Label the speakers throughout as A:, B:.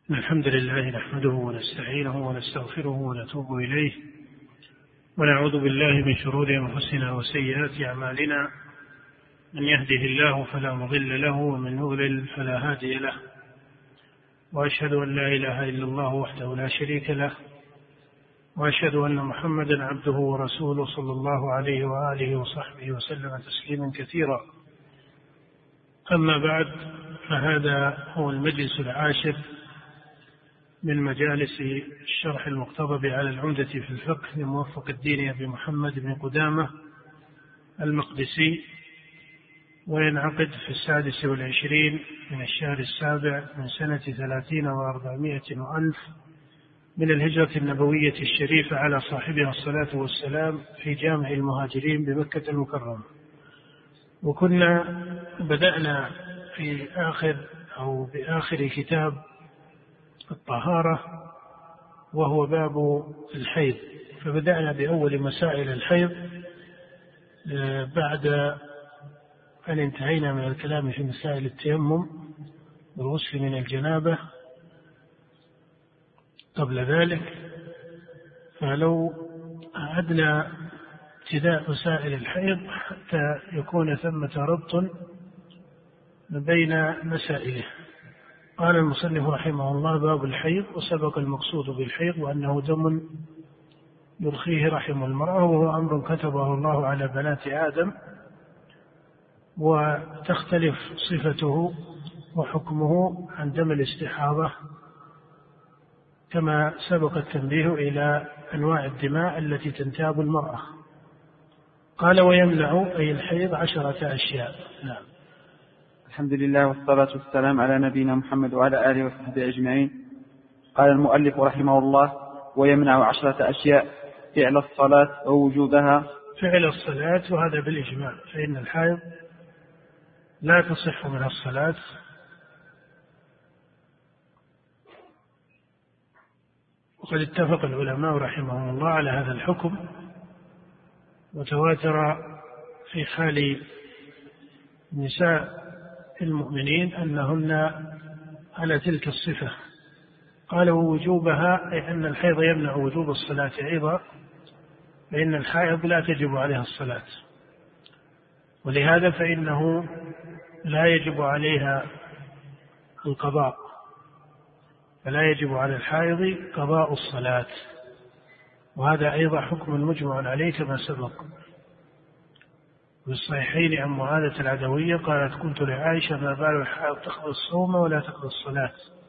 A: الحمد لله نحمده ونستعينه ونستغفره ونتوب إليه ونعوذ بالله من شرور أنفسنا وسيئات أعمالنا. من يهده الله فلا مضل له ومن يضلل فلا هادي له، وأشهد أن لا إله إلا الله وحده لا شريك له، وأشهد أن محمدا عبده ورسوله صلى الله عليه وآله وصحبه وسلم تسليما كثيرا. أما بعد، فهذا هو المجلس العاشر من مجالس الشرح المقتضب على العمدة في الفقه لموفق الدين أبي محمد بن قدامة المقدسي، وينعقد في 26 من الشهر السابع من سنة 30 و400 وألف من الهجرة النبوية الشريفة على صاحبها الصلاة والسلام في جامع المهاجرين بمكة المكرمة. وكنا بدأنا في بآخر كتاب الطهارة، وهو باب الحيض، فبدأنا بأول مسائل الحيض بعد أن انتهينا من الكلام في مسائل التيمم والغسل من الجنابة قبل ذلك. فلو أعدنا ابتداء مسائل الحيض حتى يكون ثمة ربط بين مسائله. قال المصنف رحمه الله: باب الحيض. وسبق المقصود بالحيض وأنه دم يرخيه رحم المرأة، وهو أمر كتبه الله على بنات آدم، وتختلف صفته وحكمه عن دم الاستحاضة، كما سبق التنبيه إلى أنواع الدماء التي تنتاب المرأة. قال: ويمنع أي الحيض 10 أشياء. نعم.
B: الحمد لله والصلاة والسلام على نبينا محمد وعلى آله وصحبه أجمعين. قال المؤلف رحمه الله: ويمنع 10 أشياء: فعل الصلاة ووجوبها.
A: فعل الصلاة، وهذا بالإجماع، فإن الحائض لا تصح من الصلاة، وقد اتفق العلماء رحمهم الله على هذا الحكم، وتواتر في حال نساء المؤمنين أنهن على تلك الصفة. قال: ووجوبها، أي أن الحيض يمنع وجوب الصلاة أيضا، فإن الحائض لا تجب عليها الصلاة، ولهذا فإنه لا يجب عليها القضاء، فلا يجب على الحائض قضاء الصلاة، وهذا أيضا حكم مجمع عليه كما سبق. في الصحيحين عن معاذة العدوية قالت: قلت لعائشة: ما بال الحائض تقضي الصوم ولا تقضي الصلاة؟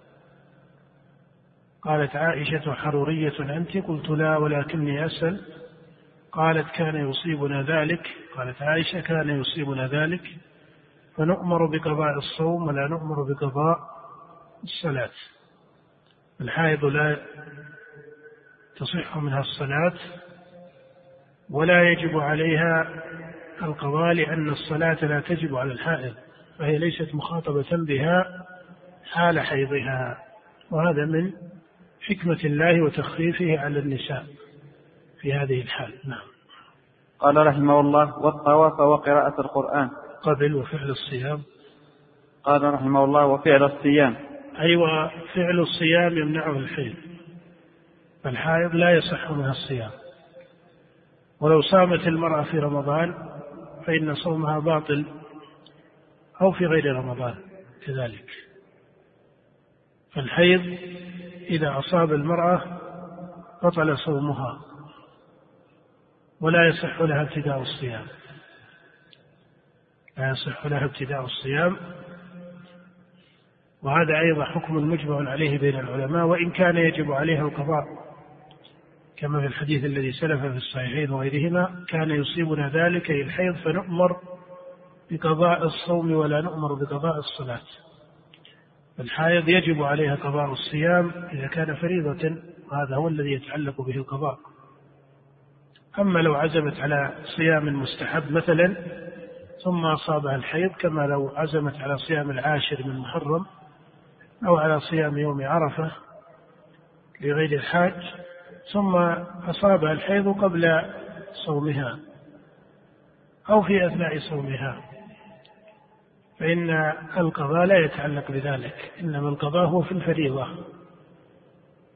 A: قالت عائشة: حرورية أنت؟ قلت: لا، ولكني أسأل. قالت: كان يصيبنا ذلك. قالت عائشة: كان يصيبنا ذلك، فنؤمر بقضاء الصوم ولا نؤمر بقضاء الصلاة. الحائض لا تصح منها الصلاة ولا يجب عليها القضاء، لأن الصلاة لا تجب على الحائض، فهي ليست مخاطبة بها حال حيضها، وهذا من حكمة الله وتخفيفه على النساء في هذه الحال. نعم.
B: قال رحمه الله: والطواف وقراءة القرآن.
A: قبل وفعل الصيام.
B: قال رحمه الله: وفعل الصيام.
A: أيوة، فعل الصيام يمنعه الحيض، فالحائض لا يصح منها الصيام، ولو صامت المرأة في رمضان فإن صومها باطل، أو في غير رمضان كذلك. فالحيض إذا أصاب المرأة بطل صومها، ولا يصح لها ابتداء الصيام، لا يصح لها ابتداء الصيام. وهذا أيضا حكم مجمع عليه بين العلماء، وإن كان يجب عليها القضاء، كما في الحديث الذي سلف في الصحيحين وغيرهما: كان يصيبنا ذلك أي الحيض فنؤمر بقضاء الصوم ولا نؤمر بقضاء الصلاة. الحائض يجب عليها قضاء الصيام إذا كان فريضة، وهذا هو الذي يتعلق به القضاء. أما لو عزمت على صيام مستحب مثلا ثم أصابها الحيض، كما لو عزمت على صيام 10 من محرم، أو على صيام يوم عرفة لغير الحاج، ثم أصابها الحيض قبل صومها أو في أثناء صومها، فإن القضاء لا يتعلق بذلك، إنما القضاء هو في الفريضة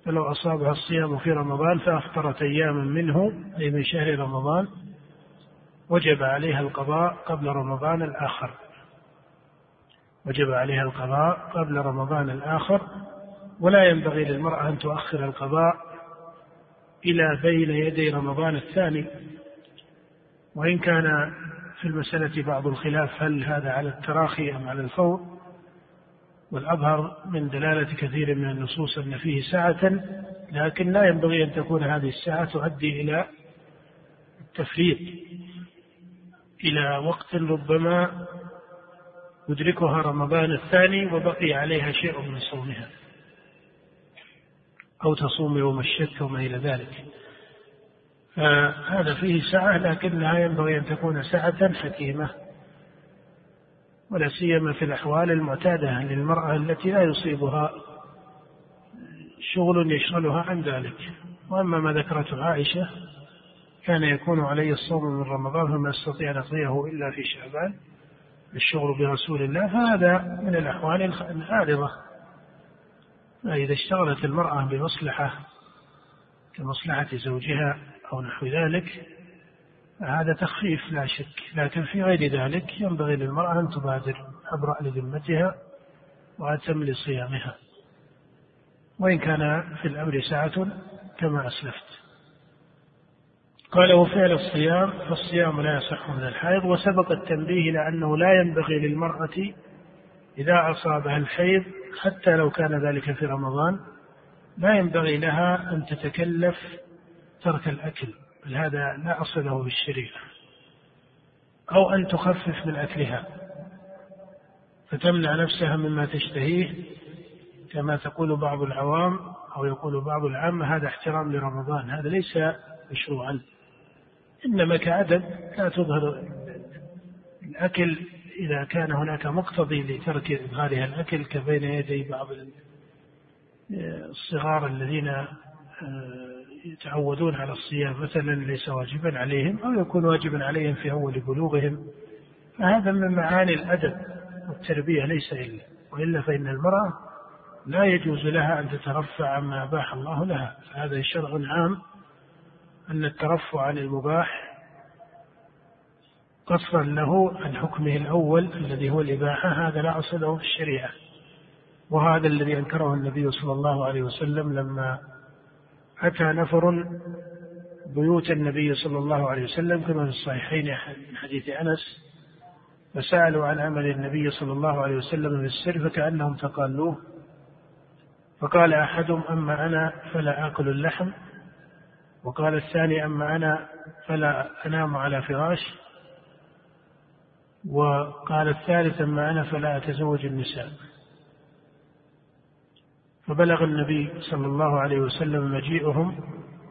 A: فلو أصابها الصيام في رمضان فأفطرت أياما منه أي من شهر رمضان وجب عليها القضاء قبل رمضان الآخر، وجب عليها القضاء قبل رمضان الآخر، ولا ينبغي للمرأة أن تؤخر القضاء إلى بين يدي رمضان الثاني. وإن كان في المسألة بعض الخلاف هل هذا على التراخي أم على الفور، والأظهر من دلالة كثير من النصوص أن فيه ساعة، لكن لا ينبغي أن تكون هذه الساعة تؤدي إلى التفريط، إلى وقت ربما يدركها رمضان الثاني وبقي عليها شيء من صومها، أو تصوم يوم الشك وما إلى ذلك. فهذا فيه ساعة، لكنها ينبغي أن تكون ساعة حكيمة، ولا سيما في الأحوال المعتادة للمرأة التي لا يصيبها شغل يشغلها عن ذلك. وأما ما ذكرته عائشة كان يكون علي الصوم من رمضان فما استطيع أن أقضيه إلا في شعبان الشغل برسول الله، فهذا من الأحوال العارضة. فإذا اشتغلت المرأة بمصلحة كمصلحة زوجها أو نحو ذلك هذا تخفيف لا شك، لكن في غير ذلك ينبغي للمرأة أن تبادر أبرأ لذمتها وأتم لصيامها، وإن كان في الأمر ساعة كما أسلفت. قال وفعل الصيام، فالصيام لا يصح من الحيض. وسبق التنبيه إلى أنه لا ينبغي للمرأة إذا أصابها الحيض حتى لو كان ذلك في رمضان لا ينبغي لها أن تتكلف ترك الأكل، بل هذا لا أصل له في الشريعة، أو أن تخفف من أكلها فتمنع نفسها مما تشتهيه كما تقول بعض العوام أو يقول بعض العامة هذا احترام لرمضان. هذا ليس مشروعا، إنما كأدب لا تظهر الأكل إذا كان هناك مقتضي لترك إظهارها الأكل كبين يدي بعض الصغار الذين يتعودون على الصيام مثلا ليس واجبا عليهم أو يكون واجبا عليهم في أول بلوغهم، فهذا من معاني الأدب والتربية ليس إلا، وإلا فإن المرأة لا يجوز لها أن تترفع عما أباح الله لها. فهذا شرع عام أن الترفع عن المباح قصرا له عن حكمه الأول الذي هو الإباحة هذا لا أصل له في الشريعة. وهذا الذي أنكره النبي صلى الله عليه وسلم لما أتى نفر بيوت النبي صلى الله عليه وسلم كما في الصحيحين من حديث أنس، فسألوا عن عمل النبي صلى الله عليه وسلم في السر فكأنهم تقالوه، فقال أحدهم أما أنا فلا آكل اللحم، وقال الثاني أما أنا فلا أنام على فراش، وقال الثالث أما أنا فلا أتزوج النساء. فبلغ النبي صلى الله عليه وسلم مجيئهم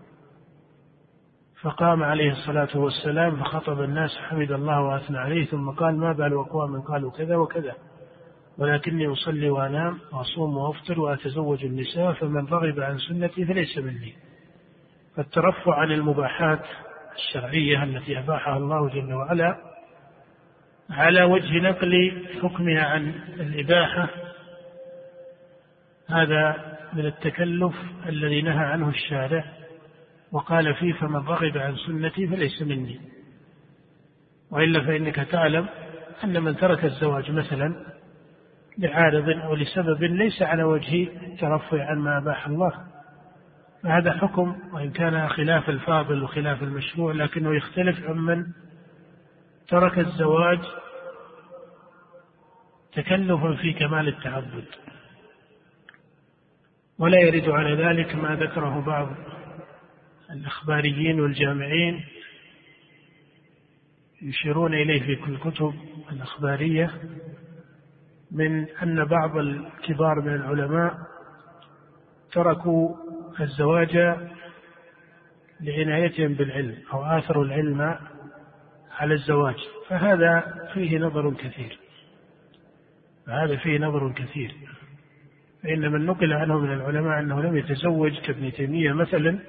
A: فقام عليه الصلاة والسلام فخطب الناس حمد الله وأثنى عليه، ثم قال ما بال أقوام قالوا كذا وكذا ولكني أصلي وأنام وأصوم وأفطر وأتزوج النساء فمن رغب عن سنتي فليس مني. فالترفع عن المباحات الشرعية التي أباحها الله جل وعلا على وجه نقل حكمها عن الإباحة هذا من التكلف الذي نهى عنه الشارع وقال فيه فمن رغب عن سنتي فليس مني. وإلا فإنك تعلم أن من ترك الزواج مثلا لعارض أو لسبب ليس على وجه الترفع عن ما أباح الله، فهذا حكم وإن كان خلاف الفاضل وخلاف المشروع لكنه يختلف عمن ترك الزواج تكلفا في كمال التعبد. ولا يرد على ذلك ما ذكره بعض الأخباريين والجامعين يشيرون إليه في الكتب الأخبارية من أن بعض الكبار من العلماء تركوا الزواج لعنايتهم بالعلم أو آثروا العلم على الزواج، فهذا فيه نظر كثير. فإن من نقل عنه من العلماء أنه لم يتزوج كابن تيمية مثلا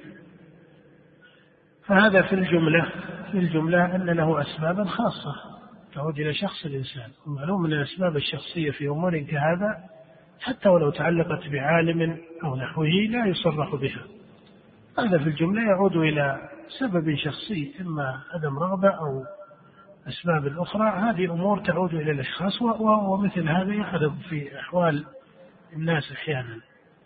A: فهذا في الجملة أن له أسبابا خاصة تعود إلى شخص الإنسان، ومعلوم أن الأسباب الشخصية في أمور كهذا حتى ولو تعلقت بعالم أو نحوه لا يصرح بها. هذا في الجملة يعود إلى سبب شخصي، إما عدم رغبة أو أسباب أخرى. هذه أمور تعود إلى الأشخاص، ومثل هذا يحدث في أحوال الناس أحيانا،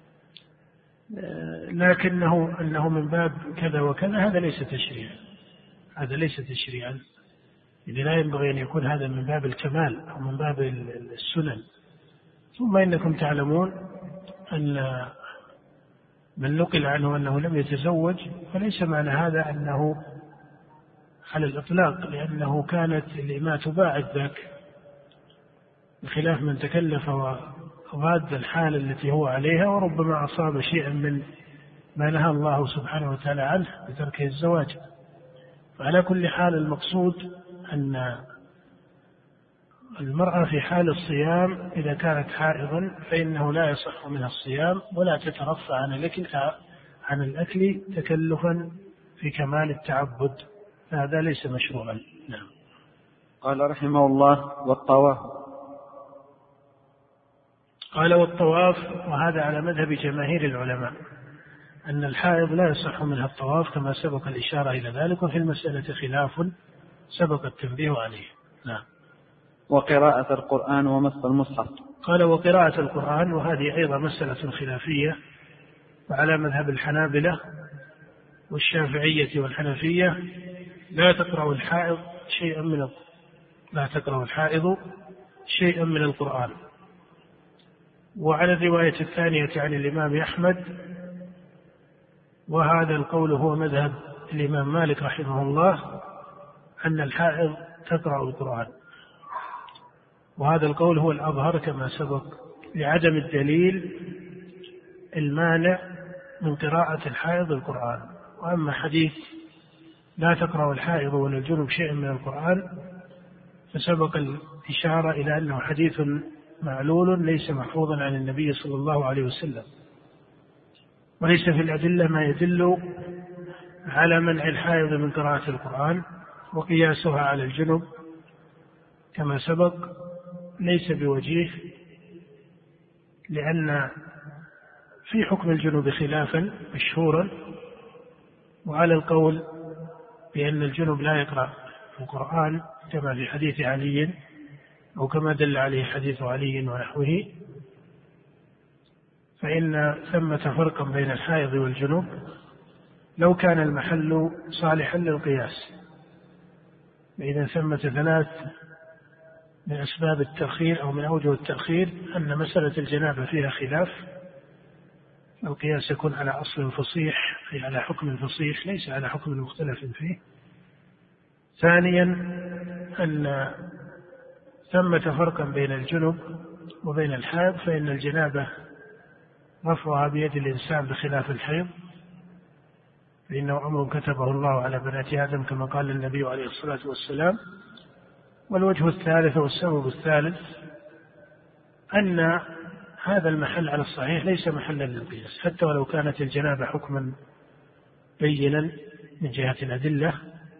A: لكنه أنه من باب كذا وكذا هذا ليس تشريعا، هذا ليس تشريعا، إذا لا ينبغي أن يكون هذا من باب الكمال أو من باب السنن. ثم إنكم تعلمون أن من نقل عنه أنه لم يتزوج فليس معنى هذا أنه على الإطلاق، لأنه كانت الإماء تباعد ذاك، بخلاف من تكلف وغاد الحال التي هو عليها وربما أصاب شيئا من ما نهى الله سبحانه وتعالى عنه بترك الزواج. فعلى كل حال المقصود أن المرأة في حال الصيام إذا كانت حائضا فإنه لا يصح منها الصيام ولا تترفع عن الأكل تكلفا في كمال التعبد، فهذا ليس مشروعا. نعم.
B: قال رحمه الله: والطواف.
A: قال: والطواف، وهذا على مذهب جماهير العلماء أن الحائض لا يصح منها الطواف كما سبق الإشارة إلى ذلك، وفي المسألة خلاف سبق التنبيه عليه. نعم.
B: وقراءة القرآن ومس المصحف.
A: قال: وقراءة القرآن، وهذه أيضا مسألة خلافية، وعلى مذهب الحنابلة والشافعية والحنفية لا تقرأ الحائض شيئا من القرآن. وعلى الرواية الثانية عن الإمام أحمد، وهذا القول هو مذهب الإمام مالك رحمه الله، أن الحائض تقرأ القرآن، وهذا القول هو الأظهر كما سبق لعدم الدليل المانع من قراءة الحائض القرآن. وأما حديث لا تقرأ الحائض ولا الجنب شيئا من القرآن فسبق الإشارة إلى أنه حديث معلول ليس محفوظا عن النبي صلى الله عليه وسلم، وليس في الأدلة ما يدل على منع الحائض من قراءة القرآن، وقياسها على الجنب كما سبق ليس بوجيه، لأن في حكم الجنب خلافا مشهورا، وعلى القول بأن الجنب لا يقرأ القرآن كما في حديث علي أو كما دل عليه حديث علي ونحوه، فإن ثمة فرقا بين الحائض والجنب لو كان المحل صالحا للقياس. فإذا ثمة ثلاث من أسباب التأخير أو من أوجه التأخير أن مسألة الجنابة فيها خلاف، القياس يكون على أصل فصيح أي على حكم فصيح ليس على حكم مختلف فيه. ثانيا أن ثمة فرقا بين الجنب وبين الحائض، فإن الجنابة رفعها بيد الإنسان بخلاف الحيض، فإنه أمر كتبه الله على بنات آدم كما قال النبي عليه الصلاة والسلام. والوجه الثالث والسبب الثالث أن هذا المحل على الصحيح ليس محلا للقياس، حتى ولو كانت الجنابة حكما بينا من جهة الأدلة،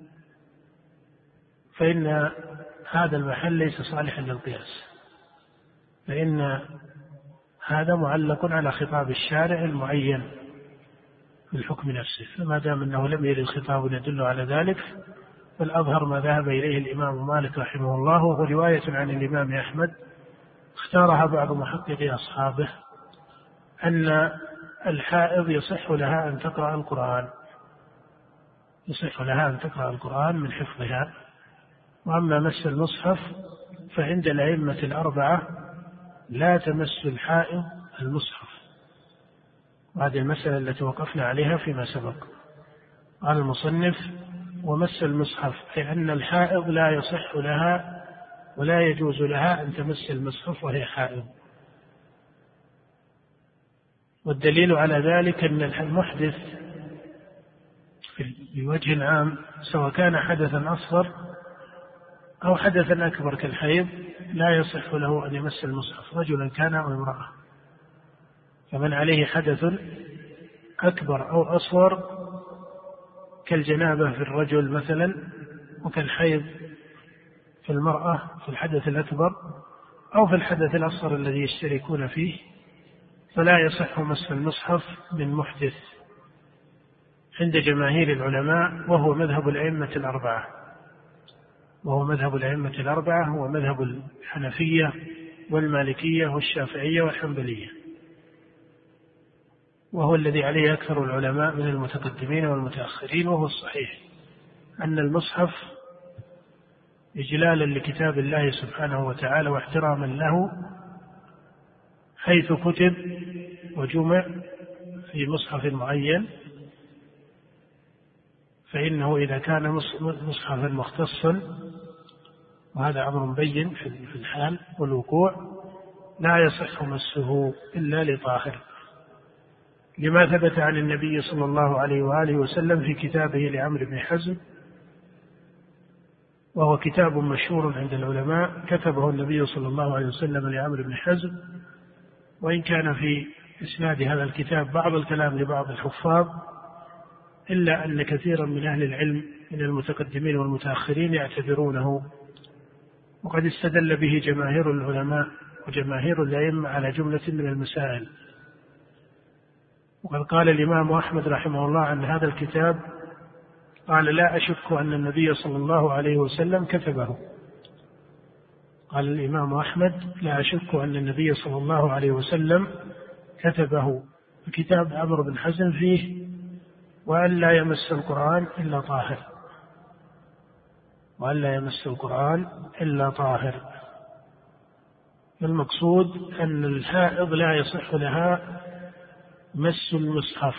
A: فإن هذا المحل ليس صالحا للقياس، فإن هذا معلق على خطاب الشارع المعين في الحكم نفسه، فما دام أنه لم يرد خطاب يدل على ذلك، فالأظهر ما ذهب إليه الإمام مالك رحمه الله، وهو رواية عن الإمام أحمد اختارها بعض محققي أصحابه، أن الحائض يصح لها أن تقرأ القرآن من حفظها. وأما مس المصحف فعند الأئمة الأربعة لا تمس الحائض المصحف، وهذه المسألة التي وقفنا عليها فيما سبق. قال المصنف: ومس المصحف، أي أن الحائض لا يصح لها ولا يجوز لها أن تمس المصحف وهي حائض. والدليل على ذلك أن المحدث بوجه عام سواء كان حدثا أصغر أو حدثا أكبر كالحيض لا يصح له أن يمس المصحف، رجلا كان أو امرأة. فمن عليه حدث أكبر أو أصغر كالجنابة في الرجل مثلا، وكالحيض في المرأة في الحدث الأكبر، أو في الحدث الأصغر الذي يشتركون فيه، فلا يصح مس المصحف من محدث عند جماهير العلماء، وهو مذهب الأئمة الأربعة، هو مذهب الحنفية والمالكية والشافعية والحنبلية، وهو الذي عليه أكثر العلماء من المتقدمين والمتأخرين. وهو الصحيح أن المصحف إجلالا لكتاب الله سبحانه وتعالى واحتراما له، حيث كتب وجمع في مصحف معين، فإنه إذا كان مصحفا مختصا، وهذا أمر بين في الحال والوقوع، لا يصح مسه إلا لطاهر، لما ثبت عن النبي صلى الله عليه وآله وسلم في كتابه لعمرو بن حزم، وهو كتاب مشهور عند العلماء، كتبه النبي صلى الله عليه وسلم لعمرو بن حزم، وإن كان في إسناد هذا الكتاب بعض الكلام لبعض الحفاظ، إلا أن كثيرا من أهل العلم من المتقدمين والمتأخرين يعتبرونه، وقد استدل به جماهير العلماء وجماهير الأئمة على جملة من المسائل. وقد قال الإمام أحمد رحمه الله عن هذا الكتاب، قال: لا أشك أن النبي صلى الله عليه وسلم كتبه. قال الإمام أحمد: لا أشك أن النبي صلى الله عليه وسلم كتبه. كتاب عمرو بن حزم فيه: وأن لا يمس القرآن إلا طاهر، وأن لا يمس القرآن إلا طاهر. المقصود أن الحائض لا يصح لها مس المصحف،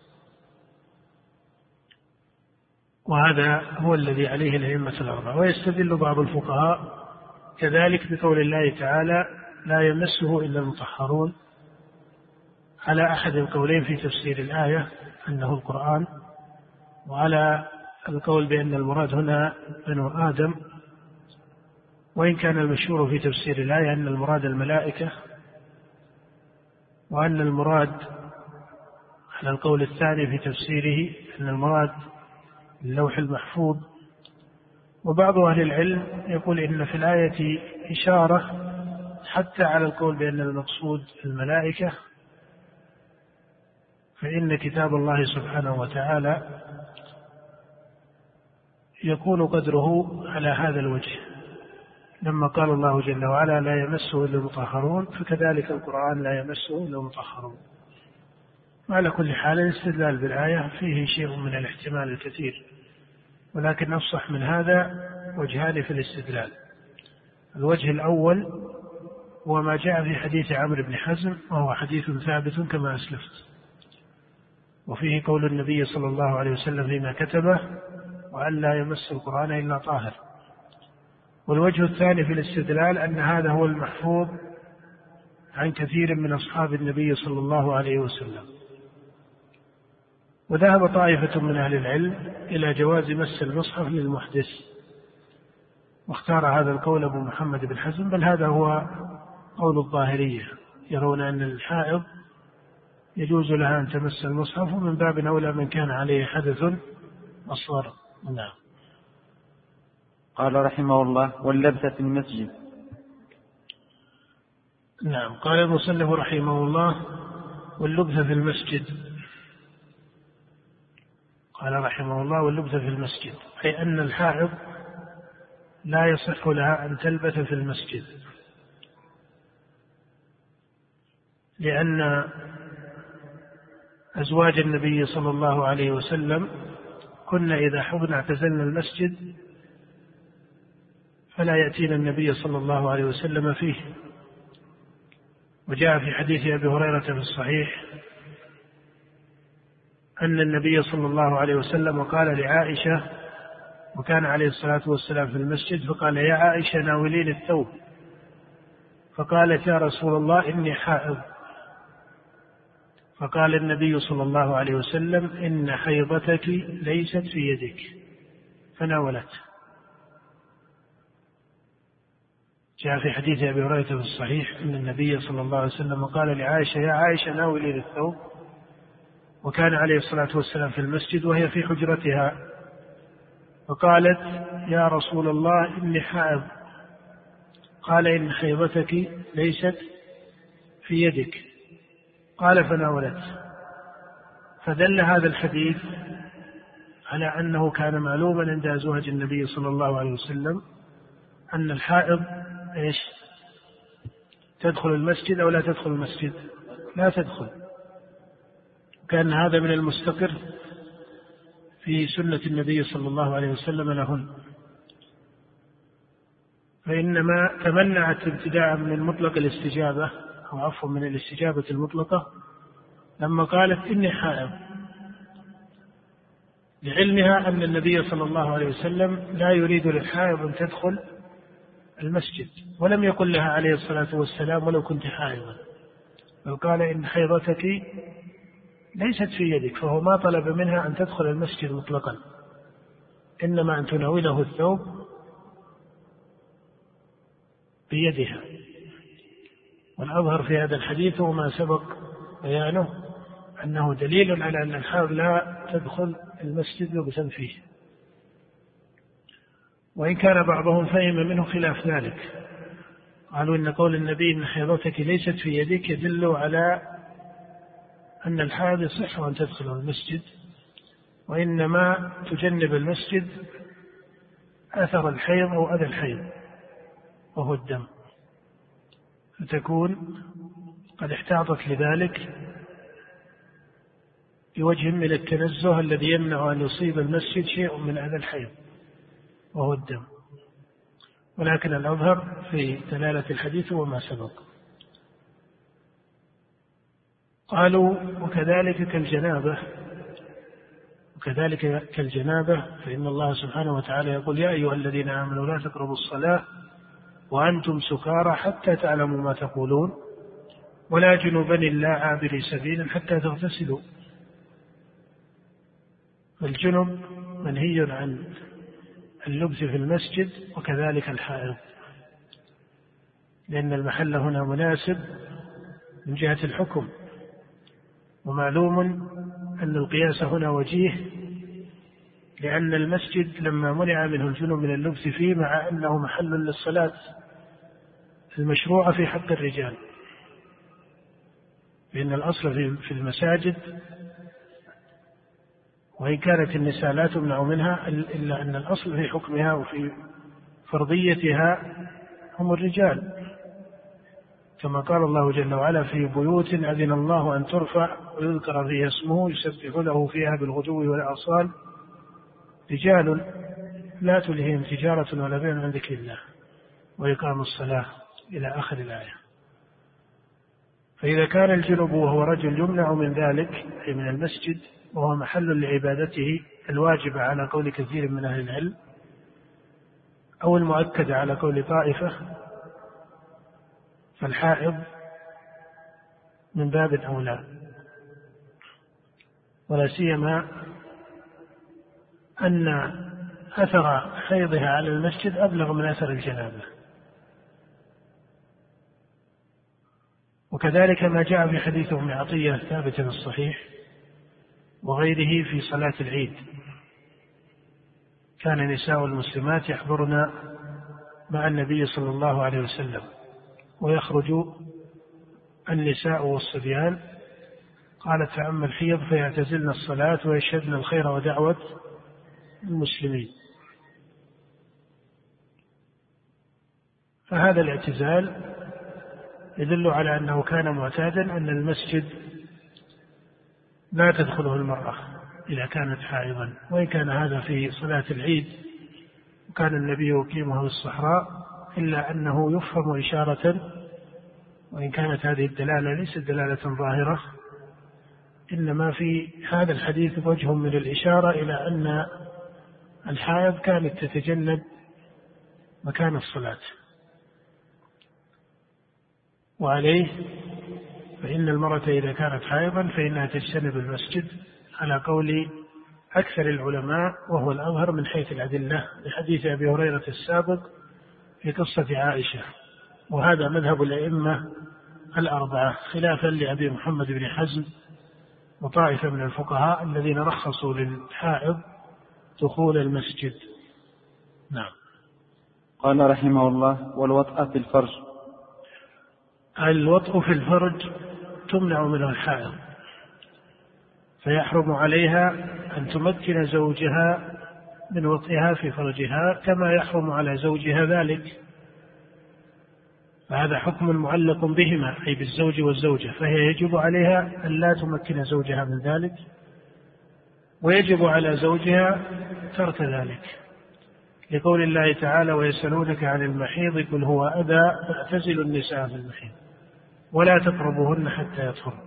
A: وهذا هو الذي عليه الأئمة الأربعة. ويستدل بعض الفقهاء كذلك بقول الله تعالى: لا يمسه إلا المطهرون، على أحد القولين في تفسير الآية أنه القرآن، وعلى القول بأن المراد هنا بنو آدم، وإن كان المشهور في تفسير الآية أن المراد الملائكة، وأن المراد على القول الثاني في تفسيره أن المراد اللوح المحفوظ. وبعض أهل العلم يقول إن في الآية إشارة حتى على القول بأن المقصود الملائكة، فإن كتاب الله سبحانه وتعالى يكون قدره على هذا الوجه، لما قال الله جل وعلا: لا يمسه إلا المطهرون، فكذلك القرآن لا يمسه إلا المطهرون. وعلى كل حال الاستدلال بالآية فيه شيء من الاحتمال الكثير، ولكن أفصح من هذا وجهان في الاستدلال. الوجه الأول هو ما جاء في حديث عمرو بن حزم، وهو حديث ثابت كما أسلفت، وفيه قول النبي صلى الله عليه وسلم فيما كتبه: وأن لا يمس القرآن إلا طاهر. والوجه الثاني في الاستدلال أن هذا هو المحفوظ عن كثير من أصحاب النبي صلى الله عليه وسلم. وذهب طائفة من أهل العلم إلى جواز مس المصحف للمحدث، واختار هذا القول أبو محمد بن حزم، بل هذا هو قول الظاهرية، يرون أن الحائض يجوز لها أن تمس المصحف، ومن باب أولى من كان عليه حدث أصغر. نعم.
B: قال رحمه الله: واللبث في المسجد.
A: نعم. قال المصنف رحمه الله: واللبث في المسجد. قال رحمه الله: واللبث في المسجد، أي أن الحائض لا يصح لها أن تلبث في المسجد، لأن أزواج النبي صلى الله عليه وسلم كنا إذا حضن اعتزلنا المسجد فلا يأتينا النبي صلى الله عليه وسلم فيه. وجاء في حديث أبي هريرة في الصحيح أن النبي صلى الله عليه وسلم قال لعائشة، وكان عليه الصلاة والسلام في المسجد، فقال: يا عائشة ناولين الثوب، فقالت: يا رسول الله إني حائض. فقال النبي صلى الله عليه وسلم: إن حيضتك ليست في يدك، فناولته. جاء في حديث أبي هريرة في الصحيح أن النبي صلى الله عليه وسلم قال لعائشة: يا عائشة ناولين الثوب، وكان عليه الصلاة والسلام في المسجد وهي في حجرتها، فقالت: يا رسول الله إني حائض. قال: إن حيضتك ليست في يدك. قال فناولته. فدل هذا الحديث على أنه كان معلوما عند أزواج النبي صلى الله عليه وسلم أن الحائض إيش؟ تدخل المسجد أو لا تدخل المسجد؟ لا تدخل. كان هذا من المستقر في سنة النبي صلى الله عليه وسلم لهن، فإنما تمنعت ابتداء من مطلق الاستجابة، أو عفوا من الاستجابة المطلقة، لما قالت إني حائض، لعلمها أن النبي صلى الله عليه وسلم لا يريد للحائض أن تدخل المسجد، ولم يقل لها عليه الصلاة والسلام ولو كنت حائضا، بل قال إن حيضتك ليست في يدك، فهو ما طلب منها أن تدخل المسجد مطلقا، إنما أن تناوله الثوب بيدها. والأظهر في هذا الحديث وما سبق بيانه أنه دليل على أن الحائض لا تدخل المسجد لبسا فيه، وإن كان بعضهم فهم منه خلاف ذلك، قالوا إن قول النبي إن حيضتك ليست في يدك يدل على أن الحائض يصح أن تدخل المسجد، وإنما تجنب المسجد أثر الحيض أو أذى الحيض وهو الدم، فتكون قد احتاطت لذلك بوجه من التنزه الذي يمنع أن يصيب المسجد شيء من أذى الحيض وهو الدم. ولكن الأظهر في دلالة الحديث وما سبق. قالوا وكذلك كالجنابة فإن الله سبحانه وتعالى يقول يا أيها الذين آمنوا لا تقربوا الصلاة وأنتم سكارى حتى تعلموا ما تقولون ولا جنبا إلا عابري سبيل حتى تغتسلوا. فالجنب منهي عن اللبس في المسجد، وكذلك الحائض، لأن المحل هنا مناسب من جهة الحكم، ومعلوم أن القياس هنا وجيه، لأن المسجد لما منع منه الجنب من اللبس فيه مع أنه محل للصلاة المشروعة في حق الرجال، لأن الأصل في المساجد وإن كانت النساء لا تمنع منها إلا أن الأصل في حكمها وفي فرضيتها هم الرجال، كما قال الله جل وعلا في بيوت أذن الله أن ترفع ويذكر فيها اسمه يسبح له فيها بالغدو والآصال رجال لا تلهيهم تجارة ولا بيع عن ذكر الله وإقام الصلاة إلى آخر الآية. فإذا كان الجنب وهو رجل يمنع من ذلك أي من المسجد وهو محل لعبادته الواجبة على قول كثير من أهل العلم أو المؤكد على قول طائفة، فالحائض من باب أولى، ولا سيما أن أثر حيضها على المسجد أبلغ من أثر الجنابة. وكذلك ما جاء في حديث ابن عطية الثابت في الصحيح وغيره في صلاة العيد، كان نساء المسلمات يحضرن مع النبي صلى الله عليه وسلم، ويخرج النساء والصبيان، قالت فأما الحيض فيعتزلن الصلاة ويشهدن الخير ودعوة المسلمين. فهذا الاعتزال يدل على أنه كان معتادا أن المسجد لا تدخله المرأة إذا كانت حائضا، وإن كان هذا في صلاة العيد وكان النبي يقيمها في الصحراء، إلا أنه يفهم إشارة، وإن كانت هذه الدلالة ليست دلالة ظاهرة، إنما في هذا الحديث وجه من الإشارة إلى أن الحائض كانت تتجنب مكان الصلاة. وعليه فإن المرأة إذا كانت حائضا فإنها تجتنب المسجد على قول أكثر العلماء، وهو الأظهر من حيث الأدلة لحديث أبي هريرة السابق في قصة عائشة، وهذا مذهب الأئمة الأربعة خلافا لأبي محمد بن حزم وطائفة من الفقهاء الذين رخصوا للحائض دخول المسجد. نعم.
B: قال رحمه الله: والوطأ في الفرج.
A: الوطء في الفرج تمنع منه الحائض، فيحرم عليها أن تمكن زوجها من وطئها في فرجها كما يحرم على زوجها ذلك، فهذا حكم معلق بهما أي بالزوج والزوجة، فهي يجب عليها أن لا تمكن زوجها من ذلك، ويجب على زوجها ترك ذلك، لقول الله تعالى: ويسألونك عن المحيض قل هو أذى فاعتزلوا النساء في المحيض ولا تقربوهن حتى يطهرن.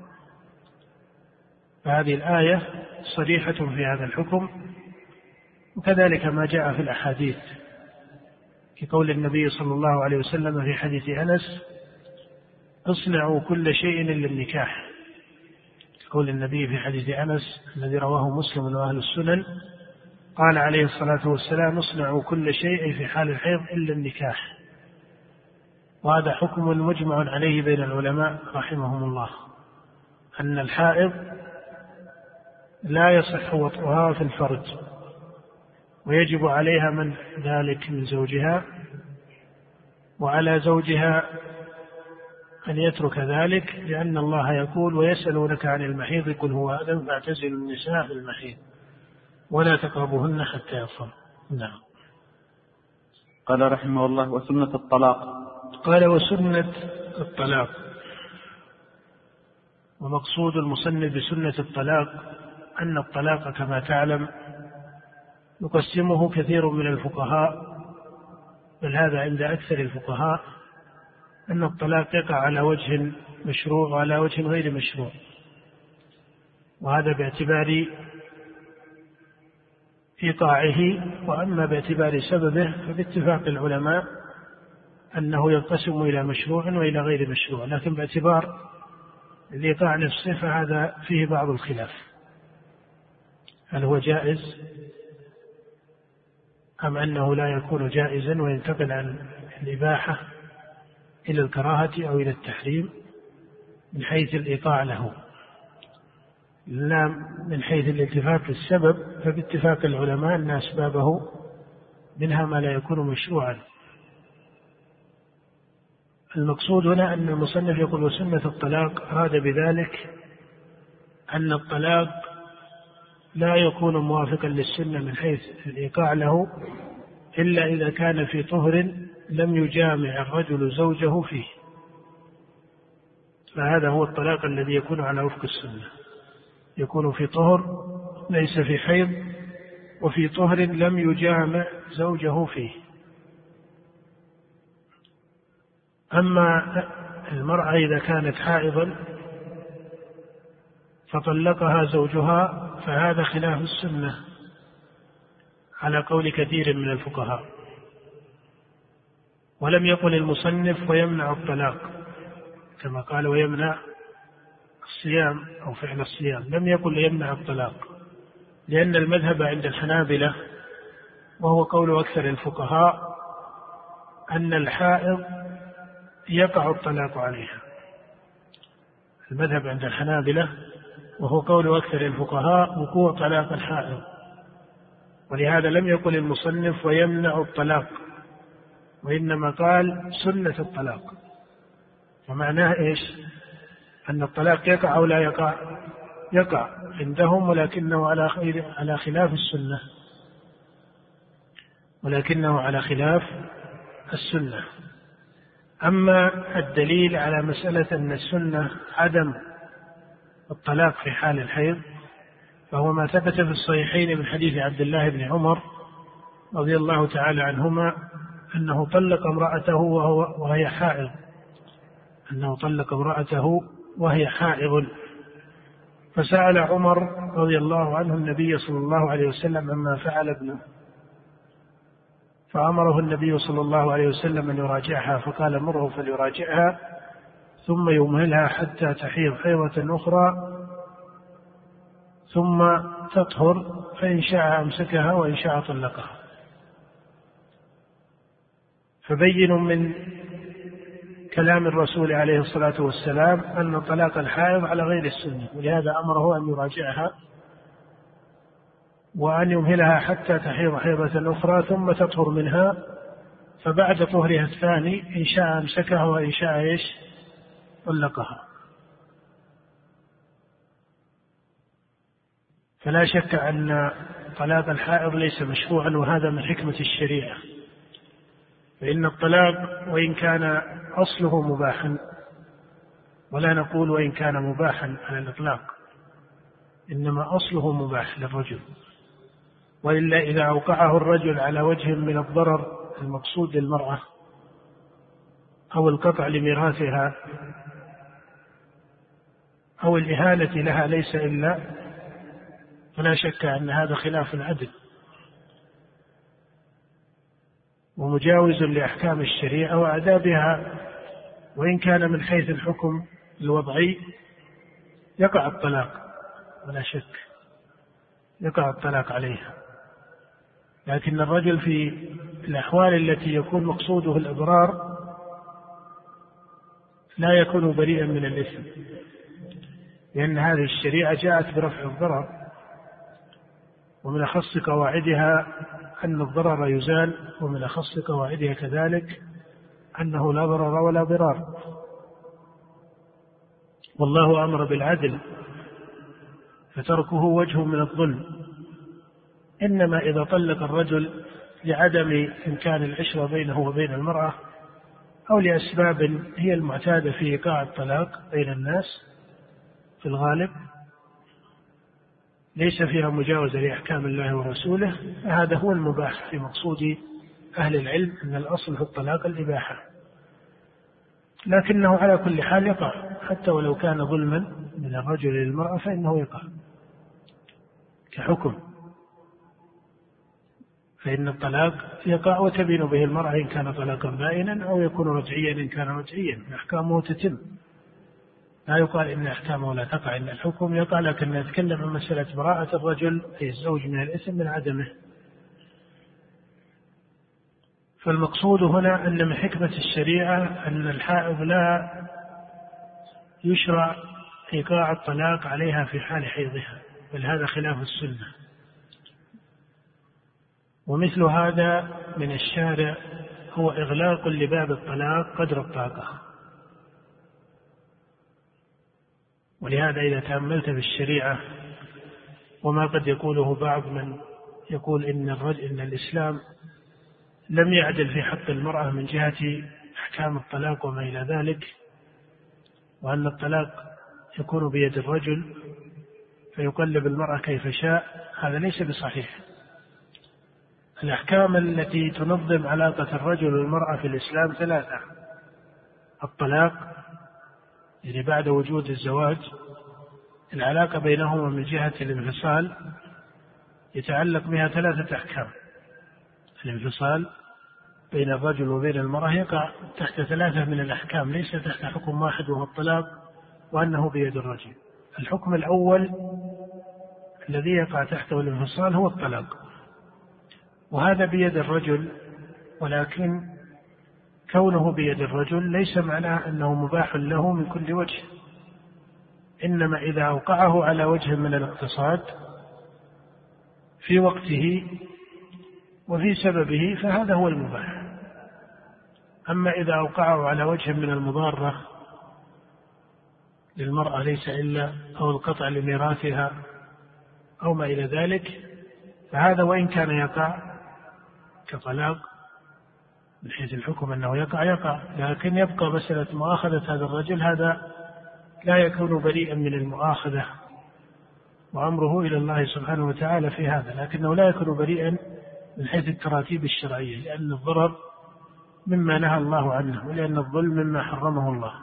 A: فهذه الآية صريحة في هذا الحكم، وكذلك ما جاء في الأحاديث كقول النبي صلى الله عليه وسلم في حديث أنس: اصنعوا كل شيء إلا النكاح. قول النبي في حديث أنس الذي رواه مسلم وأهل السنن قال عليه الصلاة والسلام: اصنعوا كل شيء في حال الحيض إلا النكاح. وهذا حكم مجمع عليه بين العلماء رحمهم الله، أن الحائض لا يصح وطئها في الفرج، ويجب عليها من ذلك من زوجها، وعلى زوجها أن يترك ذلك، لأن الله يقول: ويسألونك عن المحيض قل هو أذى فاعتزلوا النساء في المحيض ولا تقربوهن حتى يطهرن. نعم.
B: قال رحمه الله: وسنة الطلاق.
A: قال: وسنة الطلاق. ومقصود المصنف بسنة الطلاق أن الطلاق كما تعلم يقسمه كثير من الفقهاء، بل هذا عند أكثر الفقهاء، أن الطلاق يقع على وجه مشروع وعلى وجه غير مشروع، وهذا باعتبار إيقاعه، وأما باعتبار سببه فباتفاق العلماء أنه ينقسم إلى مشروع وإلى غير مشروع، لكن باعتبار الإيقاع نفسه فهذا فيه بعض الخلاف، هل هو جائز أم أنه لا يكون جائزا وينتقل عن الإباحة إلى الكراهة أو إلى التحريم من حيث الإيقاع له. لا من حيث الاتفاق في السبب، فباتفاق العلماء أن أسبابه منها ما لا يكون مشروعا. المقصود هنا أن المصنف يقول: وسنة الطلاق، هذا بذلك أن الطلاق لا يكون موافقا للسنة من حيث الإيقاع له إلا إذا كان في طهر لم يجامع الرجل زوجه فيه، فهذا هو الطلاق الذي يكون على وفق السنة، يكون في طهر ليس في حيض، وفي طهر لم يجامع زوجه فيه. أما المرأة إذا كانت حائضا فطلقها زوجها فهذا خلاف السنة على قول كثير من الفقهاء، ولم يقل المصنف ويمنع الطلاق كما قال ويمنع الصيام أو فعل الصيام، لم يقل يمنع الطلاق، لأن المذهب عند الحنابلة وهو قول أكثر الفقهاء أن الحائض يقع الطلاق عليها. المذهب عند الحنابلة وهو قول أكثر الفقهاء وقوع طلاق الحائض، ولهذا لم يقل المصنف ويمنع الطلاق، وإنما قال سنة الطلاق. ومعناه إيش؟ أن الطلاق يقع أو لا يقع؟ يقع عندهم، ولكنه على خلاف السنة، ولكنه على خلاف السنة. أما الدليل على مسألة أن السنة عدم الطلاق في حال الحيض فهو ما ثبت في الصحيحين من حديث عبد الله بن عمر رضي الله تعالى عنهما أنه طلق امرأته وهي حائض، أنه طلق امرأته وهي حائض، فسأل عمر رضي الله عنه النبي صلى الله عليه وسلم عما فعل ابنه، فأمره النبي صلى الله عليه وسلم أن يراجعها، فقال مره فليراجعها ثم يمهلها حتى تحيض حيضة أخرى ثم تطهر، فإن شاء أمسكها وإن شاء طلقها. فبين من كلام الرسول عليه الصلاة والسلام أن طلاق الحائض على غير السنة، ولهذا أمره أن يراجعها وأن يمهلها حتى تحيض حيضة أخرى ثم تطهر منها، فبعد طهرها الثاني إن شاء أمسكها وإن شاء طلقها. فلا شك أن طلاق الحائض ليس مشروعا، وهذا من حكمة الشريعة. فإن الطلاق وإن كان أصله مباحا، ولا نقول وإن كان مباحا على الإطلاق، إنما أصله مباح للرجل، وإلا إذا أوقعه الرجل على وجه من الضرر المقصود للمرأة أو القطع لميراثها أو الإهانة لها ليس إلا، فلا شك أن هذا خلاف العدل ومجاوز لأحكام الشريعة وآدابها. وإن كان من حيث الحكم الوضعي يقع الطلاق، ولا شك يقع الطلاق عليها، لكن الرجل في الأحوال التي يكون مقصوده الإضرار لا يكون بريئا من الإثم، لأن هذه الشريعة جاءت برفع الضرر، ومن أخص قواعدها أن الضرر يزال، ومن أخص قواعدها كذلك أنه لا ضرر ولا ضرار. والله أمر بالعدل فتركه وجه من الظلم، إنما إذا طلق الرجل لعدم إمكان العشرة بينه وبين المرأة أو لأسباب هي المعتادة في إيقاع الطلاق بين الناس في الغالب ليس فيها مجاوزة لأحكام الله ورسوله، فهذا هو المباح في مقصود أهل العلم، أن الأصل في الطلاق الإباحة، لكنه على كل حال يقع، حتى ولو كان ظلما من الرجل للمرأة فإنه يقع كحكم. فإن الطلاق يقع وتبين به المرأة إن كان طلاقا بائنا أو يكون رجعيا إن كان رجعيا، أحكامه تتم، لا يقال إن أحكامه لا تقع، إن الحكم يقع، لكن نتكلم عن مسألة براءة الرجل أي الزوج من الإثم من عدمه. فالمقصود هنا أن من حكمة الشريعة أن الحائض لا يشرع إيقاع الطلاق عليها في حال حيضها، بل هذا خلاف السنة. ومثل هذا من الشارع هو إغلاق لباب الطلاق قدر الطاقة. ولهذا إذا تأملت في الشريعة وما قد يقوله بعض من يقول إن الإسلام لم يعدل في حق المرأة من جهة أحكام الطلاق وما إلى ذلك، وأن الطلاق يكون بيد الرجل فيقلب المرأة كيف شاء، هذا ليس بصحيح. الأحكام التي تنظم علاقة الرجل والمرأة في الإسلام ثلاثة: الطلاق يعني بعد وجود الزواج، العلاقة بينهما من جهة الانفصال يتعلق بها ثلاثة أحكام. الانفصال بين الرجل وبين المرأة يقع تحت ثلاثة من الأحكام، ليس تحت حكم واحد وهو الطلاق وأنه بيد الرجل. الحكم الأول الذي يقع تحته الانفصال هو الطلاق، وهذا بيد الرجل، ولكن كونه بيد الرجل ليس معناه أنه مباح له من كل وجه، إنما إذا أوقعه على وجه من الاقتصاد في وقته وفي سببه فهذا هو المباح. أما إذا أوقعه على وجه من المضارة للمرأة ليس إلا أو القطع لميراثها أو ما إلى ذلك، فهذا وإن كان يقع كطلاق من حيث الحكم أنه يقع، لكن يبقى مسألة مؤاخذة هذا الرجل، هذا لا يكون بريئا من المؤاخذة وأمره إلى الله سبحانه وتعالى في هذا، لكنه لا يكون بريئا من حيث التراتيب الشرعية، لأن الضرر مما نهى الله عنه، ولأن الظلم مما حرمه الله.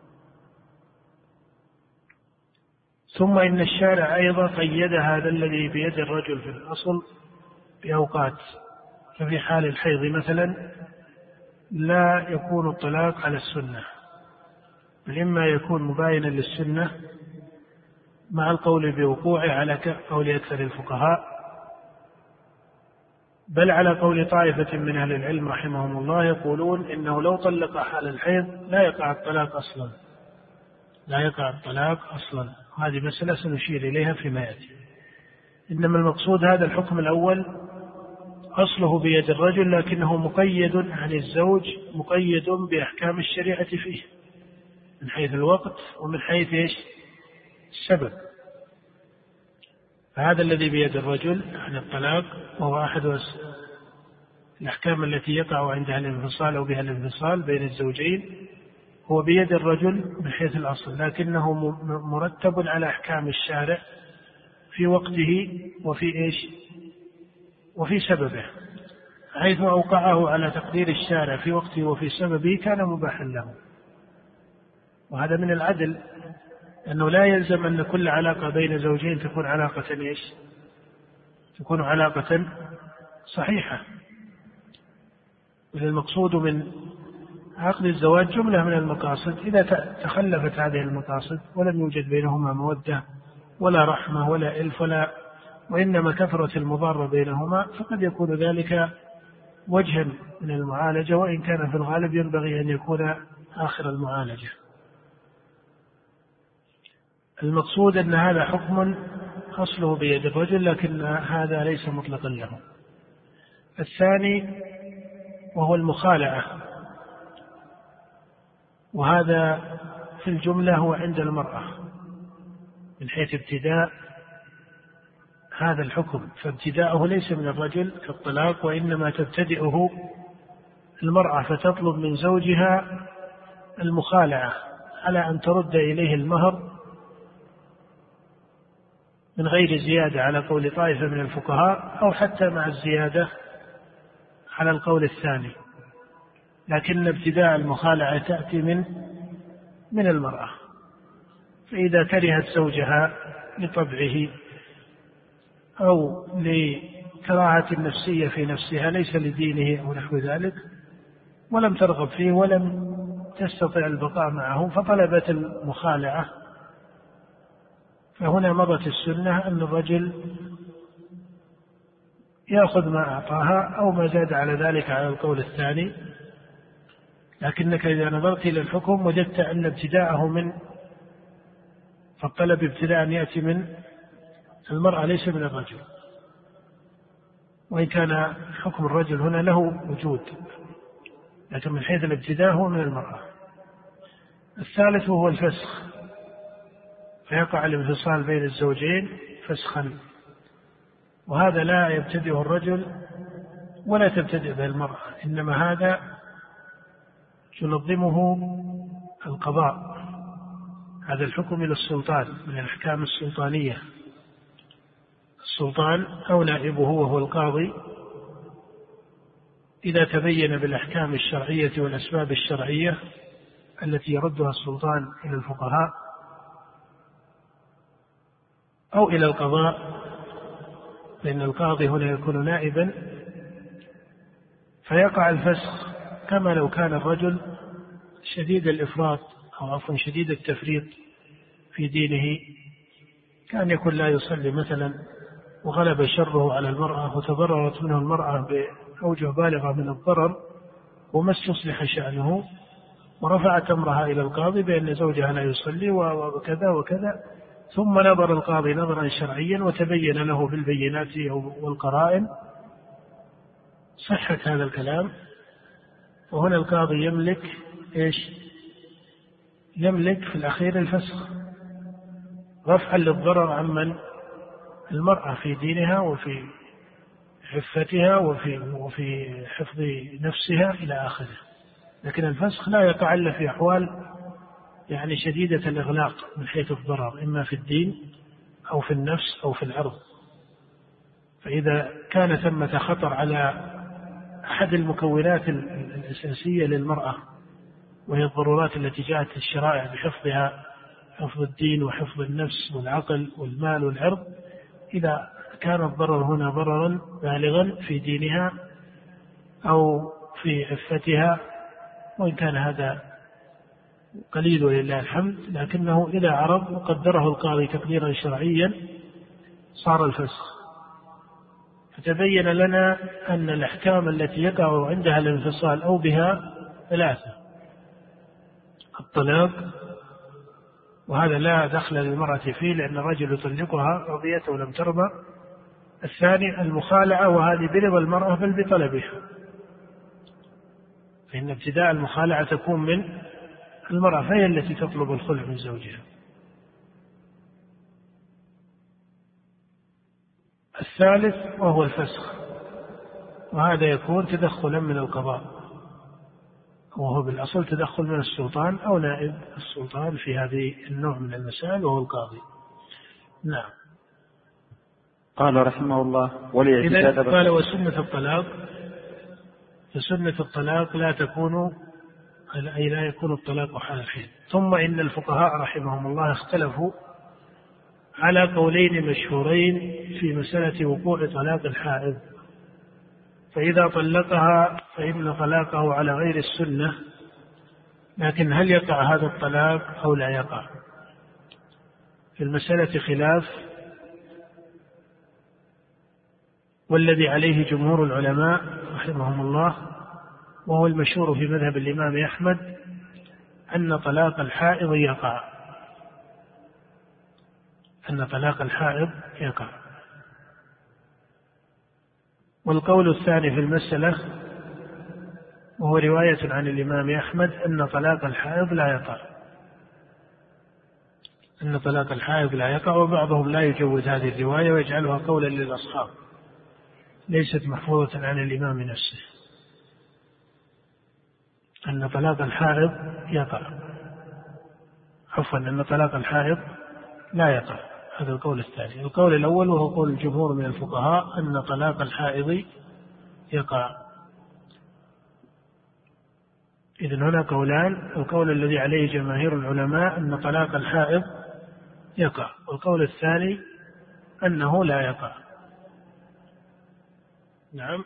A: ثم إن الشارع أيضا قيد هذا الذي بيد الرجل في الأصل بأوقات، ففي حال الحيض مثلا لا يكون الطلاق على السنة، بل إما يكون مباينا للسنة مع القول بوقوعه على قول أكثر الفقهاء، بل على قول طائفة من أهل العلم رحمهم الله يقولون إنه لو طلق حال الحيض لا يقع الطلاق أصلا. هذه مسألة سنشير إليها فيما يأتي. إنما المقصود هذا الحكم الأول أصله بيد الرجل، لكنه مقيد عن الزوج، مقيد بأحكام الشريعة فيه من حيث الوقت ومن حيث السبب. فهذا الذي بيد الرجل عن الطلاق، وهو أحد الأحكام التي يقع عندها الانفصال أو بها الانفصال بين الزوجين، هو بيد الرجل من حيث الأصل، لكنه مرتب على أحكام الشارع في وقته وفي سببه، حيث أوقعه على تقدير الشارع في وقته وفي سببه كان مباحا له. وهذا من العدل، أنه لا يلزم أن كل علاقة بين زوجين تكون علاقة صحيحة. والمقصود من عقد الزواج جملة من المقاصد، إذا تخلفت هذه المقاصد ولم يوجد بينهما مودة ولا رحمة ولا إلف وإنما كثرة المضارة بينهما، فقد يكون ذلك وجها من المعالجة، وإن كان في الغالب ينبغي أن يكون آخر المعالجة. المقصود أن هذا حكم أصله بيد الرجل، لكن هذا ليس مطلقا له. الثاني وهو المخالعة، وهذا في الجملة هو عند المرأة من حيث ابتداء هذا الحكم، فابتداءه ليس من الرجل كالطلاق، وإنما تبتدئه المرأة، فتطلب من زوجها المخالعة على أن ترد إليه المهر من غير زيادة على قول طائفة من الفقهاء، أو حتى مع الزيادة على القول الثاني، لكن ابتداء المخالعة تأتي من المرأة. فإذا كرهت زوجها لطبعه أو لكراهة نفسية في نفسها ليس لدينه أو نحو ذلك، ولم ترغب فيه ولم تستطع البقاء معه فطلبت المخالعة، فهنا مضت السنة أن الرجل يأخذ ما أعطاها أو ما زاد على ذلك على القول الثاني. لكنك إذا نظرت إلى الحكم وجدت أن ابتداءه فالطلب ابتداء يأتي من المرأة ليس من الرجل، وإن كان حكم الرجل هنا له وجود، لكن من حيث الابتداء هو من المرأة. الثالث هو الفسخ، فيقع الانفصال بين الزوجين فسخا، وهذا لا يبتدئه الرجل ولا تبتدئ به المرأة، إنما هذا ينظمه القضاء، هذا الحكم إلى السلطان من الأحكام السلطانية، السلطان أو نائبه وهو القاضي إذا تبين بالأحكام الشرعية والأسباب الشرعية التي يردها السلطان إلى الفقهاء أو إلى القضاء، لأن القاضي هنا يكون نائبا، فيقع الفسخ كما لو كان الرجل شديد الإفراط أو عفوا شديد التفريط في دينه، كان يكون لا يصلي مثلا وغلب شره على المرأة وتضررت منه المرأة بأوجه بالغة من الضرر وما استصلح شأنه، ورفعت أمرها إلى القاضي بأن زوجها لا يصلي وكذا وكذا، ثم نظر القاضي نظرا شرعيا وتبين له بالبينات والقرائن صحة هذا الكلام، وهنا القاضي يملك في الأخير الفسخ رفعا للضرر عمن المرأة في دينها وفي عفتها وفي حفظ نفسها إلى آخره. لكن الفسخ لا يقع إلا في أحوال يعني شديدة الإغلاق من حيث الضرر، إما في الدين أو في النفس أو في العرض. فإذا كان ثمة خطر على أحد المكونات الأساسية للمرأة وهي الضرورات التي جاءت الشرائع بحفظها، حفظ الدين وحفظ النفس والعقل والمال والعرض، إذا كان الضرر هنا ضررا بالغا في دينها أو في عفتها، وإن كان هذا قليل ولله الحمد، لكنه إذا عرض وقدره القاضي تقديرا شرعيا صار الفسخ. فتبين لنا أن الأحكام التي يقع عندها الانفصال أو بها ثلاثة: الطلاق، وهذا لا دخل للمرأة فيه لأن الرجل يطلقها رضيت ولم ترضى. الثاني المخالعة، وهذه برضا المرأة بل بطلبها، فإن ابتداء المخالعة تكون من المرأة، فهي التي تطلب الخلع من زوجها. الثالث وهو الفسخ، وهذا يكون تدخلا من القضاء، وهو بالأصل تدخل من السلطان أو نائب السلطان في هذه النوع من المسائل وهو القاضي. نعم.
B: قال رحمه الله
A: إذن قال وسنة الطلاق، فسنة الطلاق لا تكون، أي لا يكون الطلاق حال الحيض. ثم إن الفقهاء رحمهم الله اختلفوا على قولين مشهورين في مسألة وقوع طلاق الحائض. فإذا طلقها فإن طلاقه على غير السنة، لكن هل يقع هذا الطلاق أو لا يقع؟ في المسألة خلاف، والذي عليه جمهور العلماء رحمهم الله وهو المشهور في مذهب الإمام أحمد أن طلاق الحائض يقع، أن طلاق الحائض يقع. والقول الثاني في المسألة وهو رواية عن الإمام أحمد أن طلاق الحائض لا يقع، أن طلاق الحائض لا يقع، وبعضهم لا يجوز هذه الرواية ويجعلها قولا للأصحاب ليست محفوظة عن الإمام نفسه، أن طلاق الحائض يقع، عفوا أن طلاق الحائض لا يقع. هذا القول الثاني. القول الأول وهو قول الجمهور من الفقهاء أن طلاق الحائض يقع. إذن هنا قولان، القول الذي عليه جماهير العلماء أن طلاق الحائض يقع، والقول الثاني أنه لا يقع. نعم.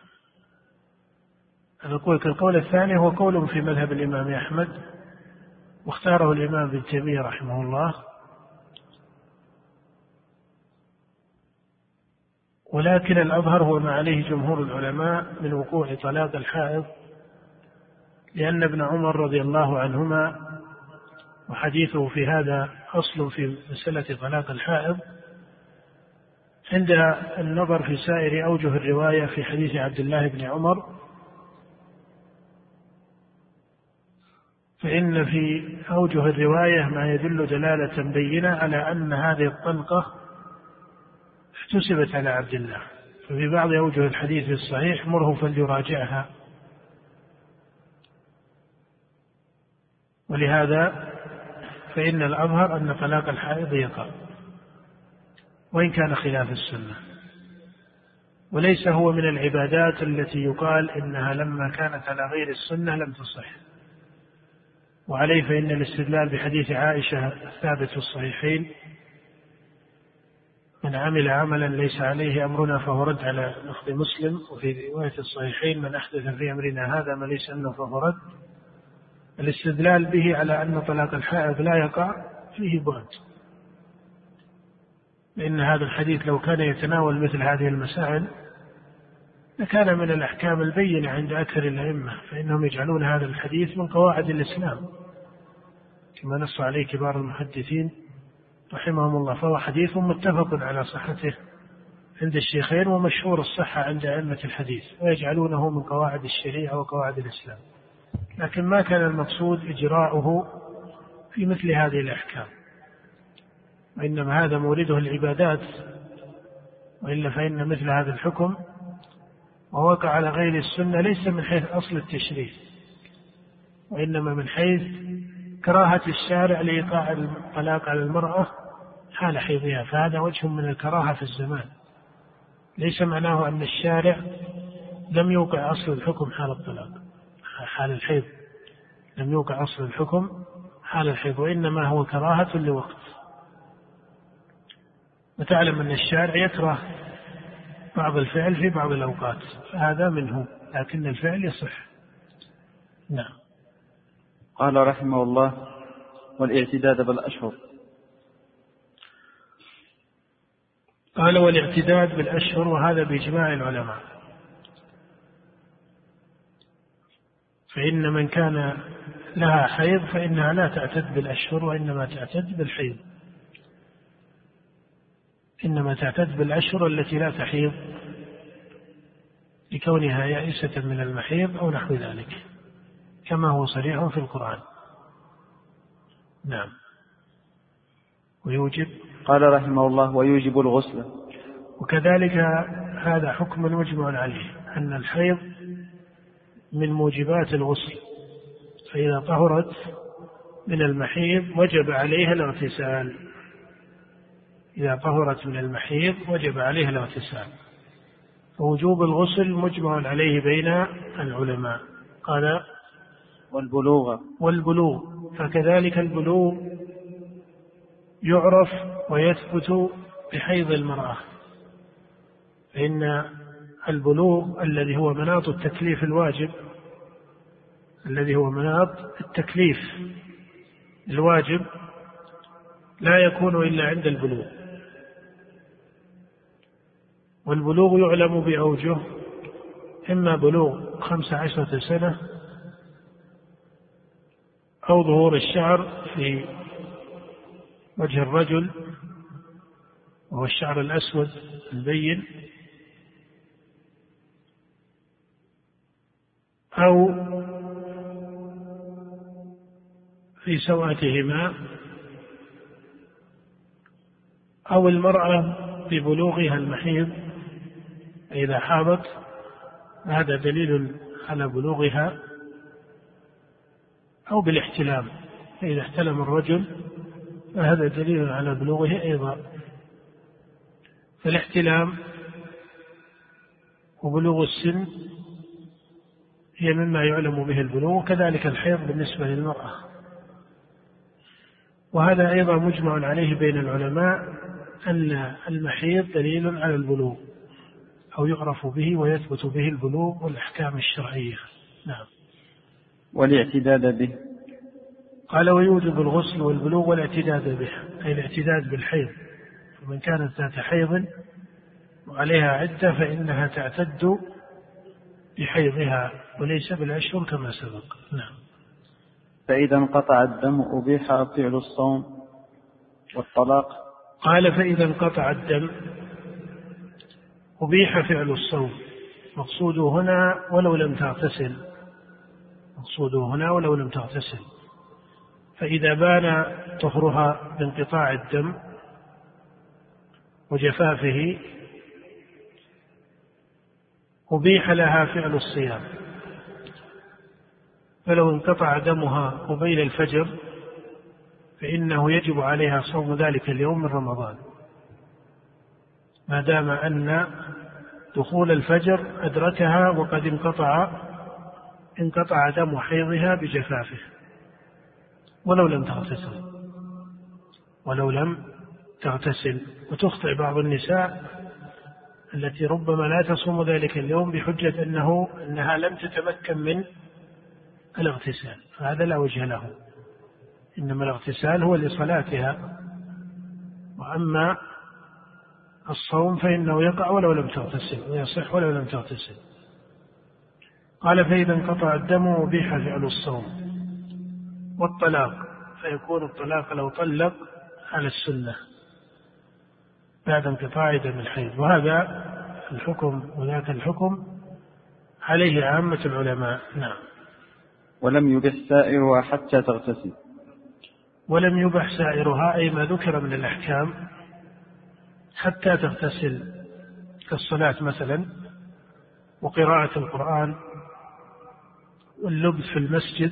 A: القول الثاني هو قول في مذهب الإمام أحمد، واختاره الإمام ابن تيمية رحمه الله، ولكن الأظهر هو ما عليه جمهور العلماء من وقوع طلاق الحائض، لأن ابن عمر رضي الله عنهما، وحديثه في هذا أصل في مسألة طلاق الحائض، عند النظر في سائر أوجه الرواية في حديث عبد الله بن عمر، فإن في أوجه الرواية ما يدل دلالة بينة على أن هذه الطلقة احتسبت على عبد الله. ففي بعض أوجه الحديث الصحيح مره فليراجعها، ولهذا فإن الأظهر أن طلاق الحائض يقع وإن كان خلاف السنة، وليس هو من العبادات التي يقال إنها لما كانت على غير السنة لم تصح. وعليه فإن الاستدلال بحديث عائشة الثابت في الصحيحين: من عمل عملا ليس عليه أمرنا فهو رد، على لفظ مسلم، وفي رواية الصحيحين: من أحدث في أمرنا هذا ما ليس منه فهو رد. الاستدلال به على أن طلاق الحائض لا يقع فيه بعد، لأن هذا الحديث لو كان يتناول مثل هذه المسائل لكان من الأحكام البينة عند أكثر الأئمة، فإنهم يجعلون هذا الحديث من قواعد الإسلام كما نص عليه كبار المحدثين رحمهم الله، فهو حديث متفق على صحته عند الشيخين ومشهور الصحة عند أئمة الحديث، ويجعلونه من قواعد الشريعة وقواعد الإسلام، لكن ما كان المقصود إجراؤه في مثل هذه الأحكام، وإنما هذا مورده العبادات، وإلا فإن مثل هذا الحكم ووقع على غير السنة ليس من حيث أصل التشريع، وإنما من حيث كراهة الشارع لإيقاع الطلاق على المرأة حال حيضها، فهذا وجه من الكراهة في الزمان، ليس معناه أن الشارع لم يوقع أصل الحكم حال الطلاق حال الحيض، لم يوقع أصل الحكم حال الحيض، وإنما هو كراهة لوقت. وتعلم أن الشارع يكره بعض الفعل في بعض الأوقات، فهذا منه، لكن الفعل يصح. نعم.
B: قال رحمه الله: والاعتداد بالأشهر.
A: قال: والاعتداد بالأشهر، وهذا بإجماع العلماء، فإن من كان لها حيض فإنها لا تعتد بالأشهر، وإنما تعتد بالحيض، إنما تعتد بالأشهر التي لا تحيض لكونها يائسة من المحيض أو نحو ذلك، كما هو صريح في القرآن. نعم. ويوجب،
B: قال رحمه الله: ويوجب الغسل،
A: وكذلك هذا حكم مجمع عليه أن الحيض من موجبات الغسل، فإذا طهرت من المحيض وجب عليها الاغتسال. إذا طهرت من المحيض وجب عليها الاغتسال. فوجوب الغسل مجمع عليه بين العلماء. قال والبلوغ فكذلك البلوغ يعرف ويثبت بحيض المرأة، فإن البلوغ الذي هو مناط التكليف الواجب، الذي هو مناط التكليف الواجب، لا يكون إلا عند البلوغ. والبلوغ يعلم بأوجه: إما بلوغ 15 سنة، أو ظهور الشعر في وجه الرجل وهو الشعر الأسود البين، أو في سواتهما، أو المرأة ببلوغها المحيض إذا حاضت، هذا دليل على بلوغها، أو بالاحتلام، فإذا احتلم الرجل فهذا دليل على بلوغه أيضا. فالاحتلام وبلوغ السن هي مما يعلم به البلوغ، وكذلك الحيض بالنسبة للمرأة. وهذا أيضا مجمع عليه بين العلماء أن المحيض دليل على البلوغ، أو يعرف به ويثبت به البلوغ والأحكام الشرعية. نعم.
B: والاعتداد به.
A: قال ويوجب الغسل والبلوغ والاعتداد به، أي الاعتداد بالحيض. ومن كانت ذات حيض وعليها عدة فإنها تعتد بحيضها وليس بالأشهر كما سبق. نعم.
B: فإذا انقطع الدم أبيح فعل الصوم والطلاق.
A: قال فإذا انقطع الدم أبيح فعل الصوم. مقصوده هنا ولو لم تغتسل، مقصوده هنا ولو لم تغتسل. فإذا بان طهرها بانقطاع الدم وجفافه أبيح لها فعل الصيام. فلو انقطع دمها قبيل الفجر فإنه يجب عليها صوم ذلك اليوم من رمضان، ما دام أن دخول الفجر أدركها وقد انقطع دم حيضها بجفافه، ولو لم تغتسل. وتخطئ بعض النساء التي ربما لا تصوم ذلك اليوم بحجة أنها لم تتمكن من الاغتسال، فهذا لا وجه له. إنما الاغتسال هو لصلاتها، وأما الصوم فإنه يقع ولو لم تغتسل، ويصح ولو لم تغتسل. قال فإذا انقطع الدم أبيح فعل الصوم والطلاق، فيكون الطلاق لو طلق على السنة بعد انقطاع دم الحيض. وهذا الحكم وذاك الحكم عليه عامة العلماء. نعم.
B: ولم يبح سائرها حتى تغتسل.
A: ولم يبح سائرها أي ما ذكر من الأحكام حتى تغتسل، كالصلاة مثلا، وقراءة القرآن، واللبث في المسجد.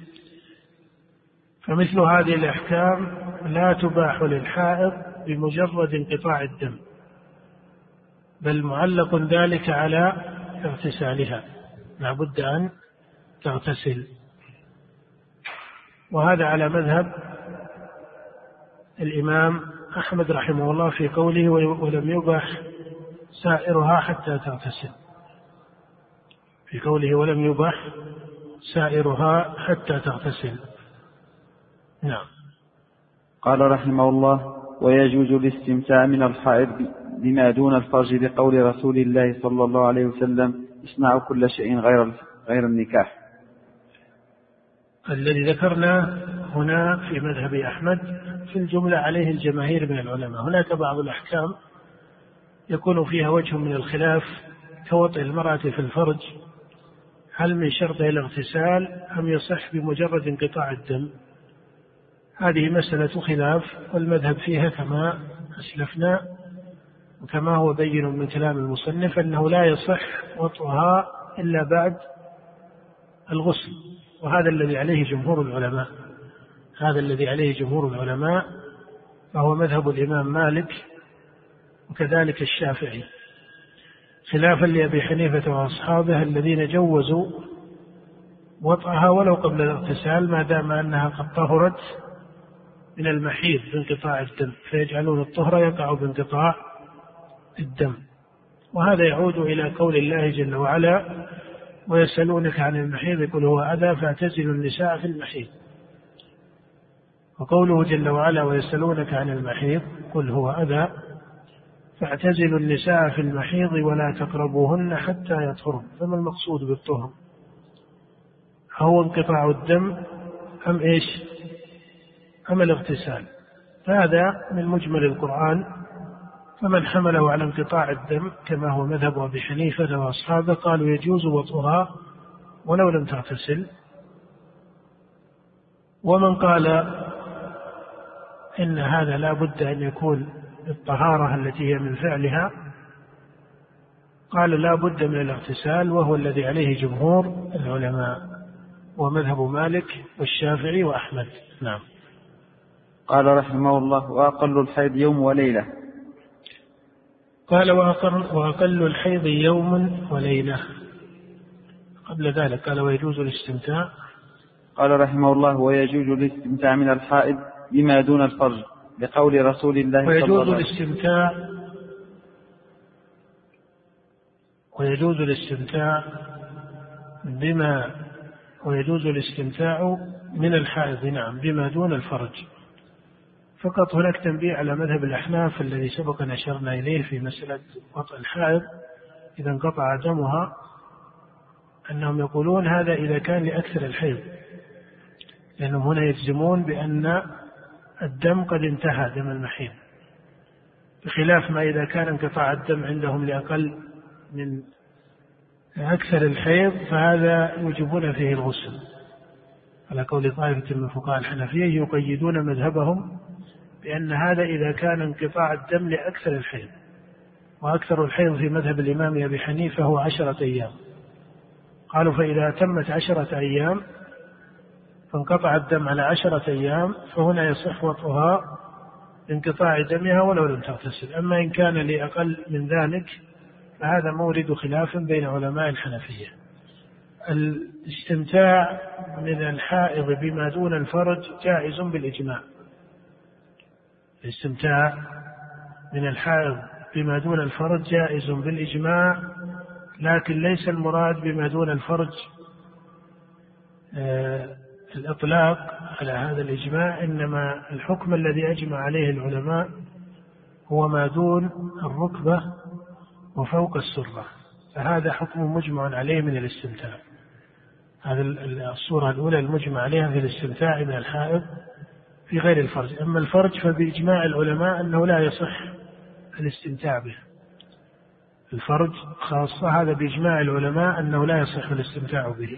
A: فمثل هذه الأحكام لا تباح للحائض بمجرد انقطاع الدم، بل معلق ذلك على اغتسالها، لا بد أن تغتسل. وهذا على مذهب الإمام أحمد رحمه الله في قوله ولم يباح سائرها حتى تغتسل، في قوله ولم يباح سائرها حتى تغتسل. نعم.
B: قال رحمه الله ويجوز الاستمتاع من الحائض بما دون الفرج بقول رسول الله صلى الله عليه وسلم اصنعوا كل شيء غير النكاح.
A: الذي ذكرنا هنا في مذهب أحمد في الجملة عليه الجماهير من العلماء. هناك بعض الأحكام يكون فيها وجه من الخلاف، كوطئ المرأة في الفرج، هل من شرطه الاغتسال أم يصح بمجرد انقطاع الدم؟ هذه مسألة خلاف، والمذهب فيها كما أسلفنا وكما هو بين من كلام المصنف أنه لا يصح وطئها إلا بعد الغسل، وهذا الذي عليه جمهور العلماء، هذا الذي عليه جمهور العلماء، فهو مذهب الإمام مالك وكذلك الشافعي، خلافا لأبي حنيفة وأصحابه الذين جوزوا وطئها ولو قبل الاغتسال ما دام أنها قد طهرت من المحيض بانقطاع الدم، فيجعلون الطهر يقع بانقطاع الدم. وهذا يعود إلى قول الله جل وعلا: ويسألونك عن المحيض قل هو أذى فاعتزلوا النساء في المحيض. وقوله جل وعلا: ويسألونك عن المحيض قل هو أذى فاعتزلوا النساء في المحيض ولا تقربوهن حتى يطهرن. فما المقصود بالطهر؟ هو انقطاع الدم أم إيش؟ أم الاغتسال؟ هذا من مجمل القرآن، فمن حمله على انقطاع الدم كما هو مذهب أبي حنيفة وأصحابه قالوا يجوز وطئها ولو لم تغتسل. ومن قال إن هذا لا بد أن يكون الطهارة التي هي من فعلها قال لا بد من الاغتسال، وهو الذي عليه جمهور العلماء ومذهب مالك والشافعي وأحمد. نعم.
B: قال رحمه الله: وأقل الحيض يوم وليلة.
A: قال: وأقل الحيض يوم وليلة. قبل ذلك قال: ويجوز الاستمتاع.
B: قال رحمه الله: ويجوز الاستمتاع من الحائض بما دون الفرج لقول رسول الله صلى الله عليه وسلم.
A: ويجوز الاستمتاع من الحائض، نعم، بما دون الفرج. فقط هناك تنبيه على مذهب الأحناف الذي سبق أن أشرنا إليه في مسألة وطئ الحائض إذا انقطع دمها، أنهم يقولون هذا إذا كان لأكثر الحيض، لأنهم هنا يجزمون بأن الدم قد انتهى، دم المحيض، بخلاف ما إذا كان انقطاع الدم عندهم لأقل من أكثر الحيض فهذا يوجبون فيه الغسل، على قول طائفة من فقهاء الحنفية يقيدون مذهبهم بأن هذا إذا كان انقطاع الدم لأكثر الحيض، وأكثر الحيض في مذهب الإمام أبي حنيفة هو 10 أيام. قالوا فإذا تمت 10 أيام فانقطع الدم على 10 أيام فهنا يصح وطئها انقطاع دمها ولو لم تغتسل. أما إن كان لأقل من ذلك فهذا مورد خلاف بين علماء الحنفية. الاستمتاع من الحائض بما دون الفرج جائز بالإجماع. الاستمتاع من الحائض بما دون الفرج جائز بالإجماع، لكن ليس المراد بما دون الفرج الإطلاق على هذا الإجماع، إنما الحكم الذي أجمع عليه العلماء هو ما دون الركبة وفوق السرة، فهذا حكم مجمع عليه من الاستمتاع. هذه الصورة الأولى المجمع عليها في الاستمتاع من الحائض في غير الفرج. أما الفرج فبإجماع العلماء أنه لا يصح الاستمتاع به. الفرج خاصة هذا بإجماع العلماء أنه لا يصح الاستمتاع به.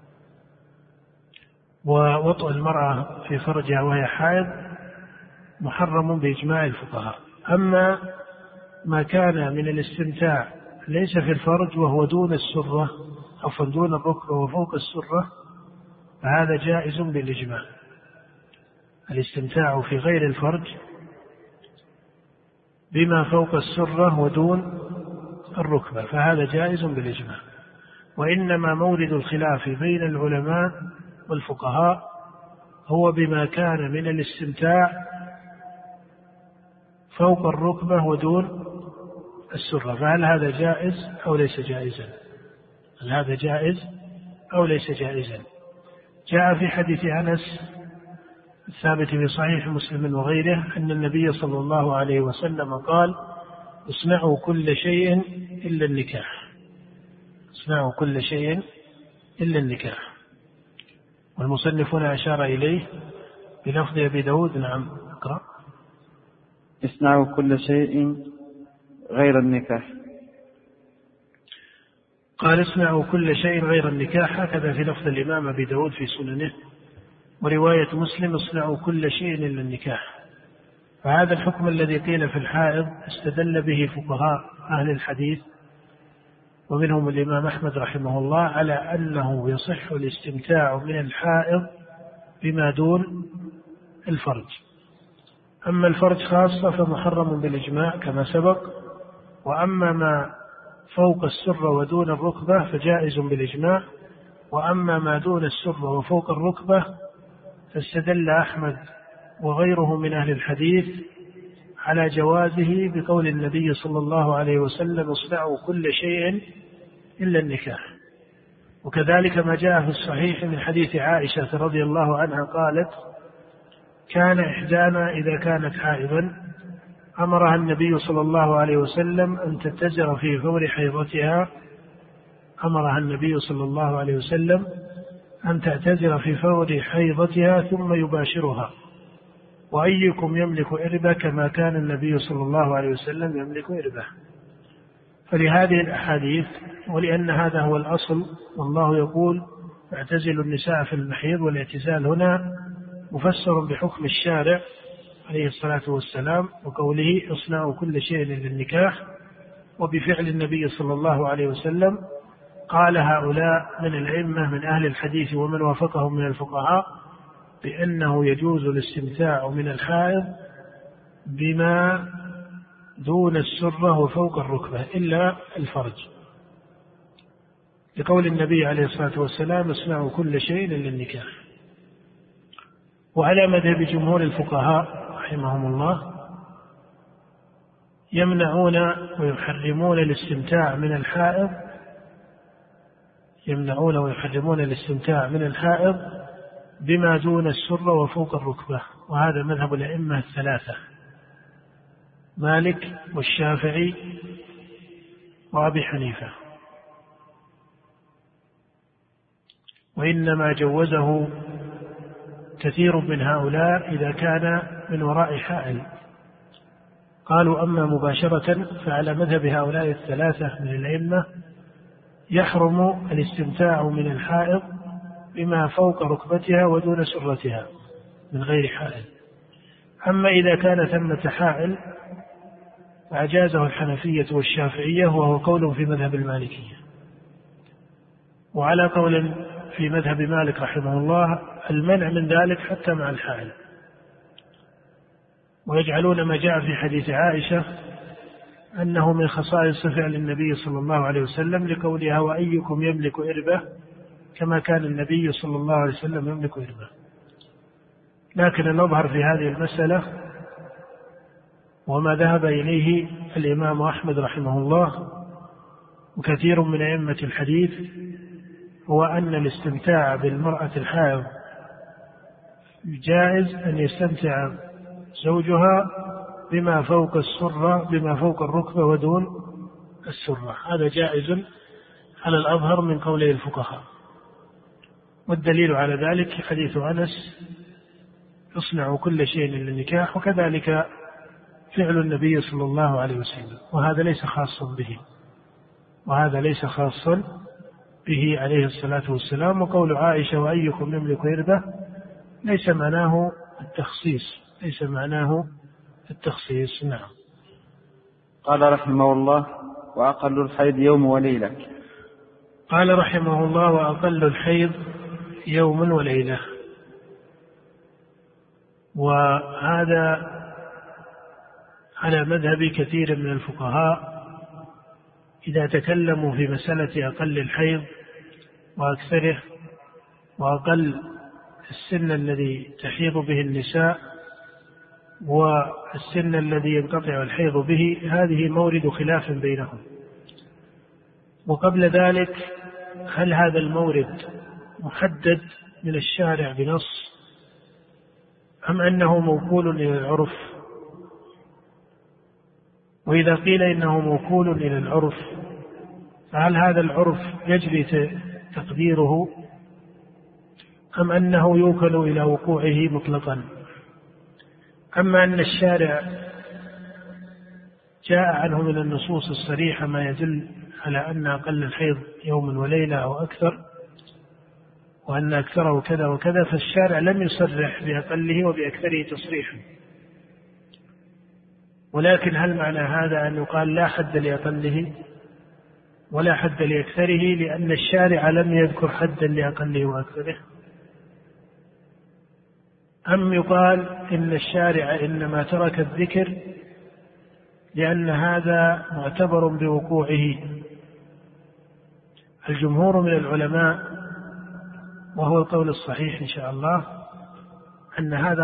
A: ووطئ المرأة في فرجها وهي حائض محرم بإجماع الفقهاء. أما ما كان من الاستمتاع ليس في الفرج وهو دون السرة أو دون الركبة وفوق السرة فهذا جائز بالإجماع. الاستمتاع في غير الفرج بما فوق السرة ودون الركبة فهذا جائز بالإجماع. وإنما مورد الخلاف بين العلماء والفقهاء هو بما كان من الاستمتاع فوق الركبة ودون السرة، فهل هذا جائز أو ليس جائزا؟ هل هذا جائز أو ليس جائزا؟ جاء في حديث أنس الثابت في صحيح مسلم وغيره أن النبي صلى الله عليه وسلم قال: اصنعوا كل شيء إلا النكاح. اصنعوا كل شيء إلا النكاح. والمصنفون أشار إليه بلفظ أبي داود. نعم، اقرأ.
B: اصنعوا كل شيء غير النكاح.
A: قال: اصنعوا كل شيء غير النكاح، هكذا في لفظ الإمام أبي داود في سننه. ورواية مسلم: اصنعوا كل شيء إلا النكاح. فهذا الحكم الذي قيل في الحائض استدل به فقهاء أهل الحديث ومنهم الإمام أحمد رحمه الله على أنه يصح الاستمتاع من الحائض بما دون الفرج. أما الفرج خاصة فمحرم بالإجماع كما سبق، وأما ما فوق السرة ودون الركبة فجائز بالإجماع، وأما ما دون السرة وفوق الركبة فاستدل أحمد وغيره من أهل الحديث على جوازه بقول النبي صلى الله عليه وسلم اصنعوا كل شيء إلا النكاح. وكذلك ما جاء في الصحيح من حديث عائشة رضي الله عنها قالت كان إحدانا إذا كانت حائضا أمرها النبي صلى الله عليه وسلم أن تتزر في فور حيضتها، أمرها النبي صلى الله عليه وسلم أن تعتذر في فور حيضتها ثم يباشرها، وأيكم يملك إربة كما كان النبي صلى الله عليه وسلم يملك إربة. فلهذه الأحاديث ولأن هذا هو الأصل، والله يقول اعتزلوا النساء في المحيض، والاعتزال هنا مفسر بحكم الشارع عليه الصلاة والسلام وقوله اصنعوا كل شيء للنكاح، وبفعل النبي صلى الله عليه وسلم. قال هؤلاء من الأئمة من أهل الحديث ومن وافقهم من الفقهاء بأنه يجوز الاستمتاع من الحائض بما دون السرة وفوق الركبة إلا الفرج، لقول النبي عليه الصلاة والسلام اصنعوا كل شيء للنكاح. وعلى مذهب جمهور الفقهاء رحمهم الله يمنعون ويحرمون الاستمتاع من الحائض، يمنعون ويحرمون الاستمتاع من الحائض بما دون السرة وفوق الركبة، وهذا مذهب الأئمة الثلاثة مالك والشافعي وأبي حنيفة. وإنما جوزه كثير من هؤلاء إذا كان من وراء حائل. قالوا أما مباشرة فعلى مذهب هؤلاء الثلاثة من الأئمة يحرم الاستمتاع من الحائض بما فوق ركبتها ودون سرتها من غير حائل. أما إذا كان ثمة حائل فأجازه الحنفية والشافعية، وهو قول في مذهب المالكية. وعلى قول في مذهب مالك رحمه الله المنع من ذلك حتى مع الحائل، ويجعلون ما جاء في حديث عائشة أنه من خصائص فعل النبي صلى الله عليه وسلم لقولها وأيكم يملك إربة كما كان النبي صلى الله عليه وسلم يملك إربة. لكن المظهر في هذه المسألة وما ذهب إليه الإمام أحمد رحمه الله وكثير من أئمة الحديث هو أن الاستمتاع بالمرأة الحائض جائز أن يستمتع زوجها بما فوق السرة بما فوق الركبة ودون السرة، هذا جائز على الأظهر من قولي الفقهاء. والدليل على ذلك حديث أنس اصنعوا كل شيء للنكاح، وكذلك فعل النبي صلى الله عليه وسلم، وهذا ليس خاصا به، وهذا ليس خاصا به عليه الصلاة والسلام. وقول عائشة وأيكم يملك إربة ليس معناه التخصيص، ليس معناه التخصيص. نعم.
B: قال رحمه الله وأقل الحيض يوم وليلة.
A: قال رحمه الله وأقل الحيض يوم وليلة. وهذا على مذهب كثير من الفقهاء إذا تكلموا في مسألة أقل الحيض وأكثره وأقل السن الذي تحيض به النساء والسن الذي ينقطع الحيض به، هذه مورد خلاف بينهم. وقبل ذلك هل هذا المورد محدد من الشارع بنص أم أنه موكول إلى العرف؟ وإذا قيل إنه موكول إلى العرف فهل هذا العرف يجري تقديره أم أنه يوكل إلى وقوعه مطلقا؟ أما أن الشارع جاء عنه من النصوص الصريحة ما يدل على أن أقل الحيض يوم وليلة أو أكثر، وأن أكثره كذا وكذا، فالشارع لم يصرح بأقله وبأكثره تصريحا. ولكن هل معنى هذا أن يقال لا حد لأقله ولا حد لأكثره لأن الشارع لم يذكر حدا لأقله وأكثره، أم يقال إن الشارع إنما ترك الذكر لأن هذا معتبر بوقوعه؟ الجمهور من العلماء، وهو القول الصحيح إن شاء الله، أن هذا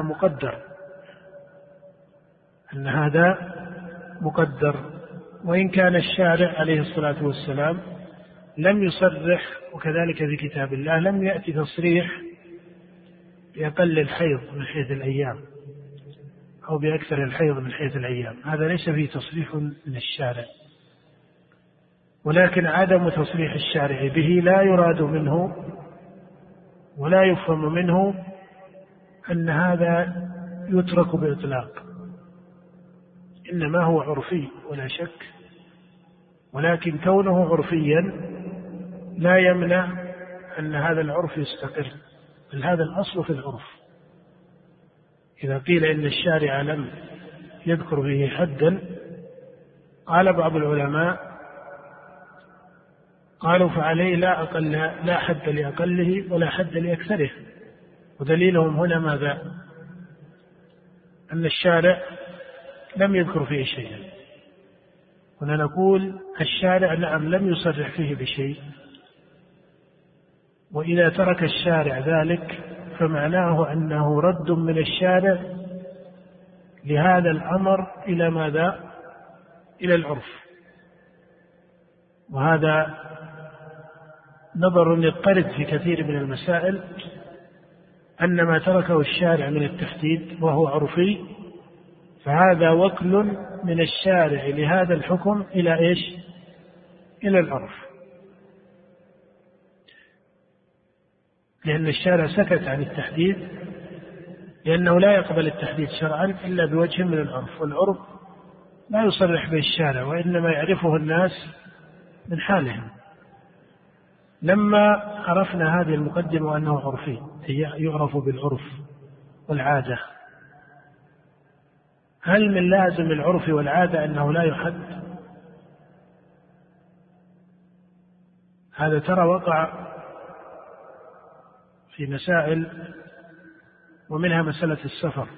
A: مقدر، وإن كان الشارع عليه الصلاة والسلام لم يصرح، وكذلك في كتاب الله لم يأتي تصريح بأقل الحيض من حيث الأيام أو بأكثر الحيض من حيث الأيام، هذا ليس فيه تصريح من الشارع. ولكن عدم تصريح الشارع به لا يراد منه ولا يفهم منه أن هذا يترك بإطلاق، إنما هو عرفي ولا شك، ولكن كونه عرفيا لا يمنع أن هذا العرف يستقر، بل هذا الأصل في العرف. إذا قيل إن الشارع لم يذكر به حدا، قال بعض العلماء قالوا فعليه لا حد لأقله ولا حد لأكثره، ودليلهم هنا ماذا؟ أن الشارع لم يذكر فيه شيئا. هنا نقول الشارع نعم لم يصرح فيه بشيء، وإذا ترك الشارع ذلك فمعناه أنه رد من الشارع لهذا الأمر إلى ماذا؟ إلى العرف. وهذا نظر يضطرد في كثير من المسائل، أن ما تركه الشارع من التحديد وهو عرفي فهذا وكل من الشارع لهذا الحكم إلى إيش؟ إلى العرف، لأن الشارع سكت عن التحديد لأنه لا يقبل التحديد شرعا إلا بوجه من العرف، والعرف لا يصرح به الشارع وإنما يعرفه الناس من حالهم. لما عرفنا هذه المقدمة أنه عرفي يعرف بالعرف والعادة، هل من لازم العرف والعادة أنه لا يحد؟ هذا ترى وقع في مسائل، ومنها مسألة السفر،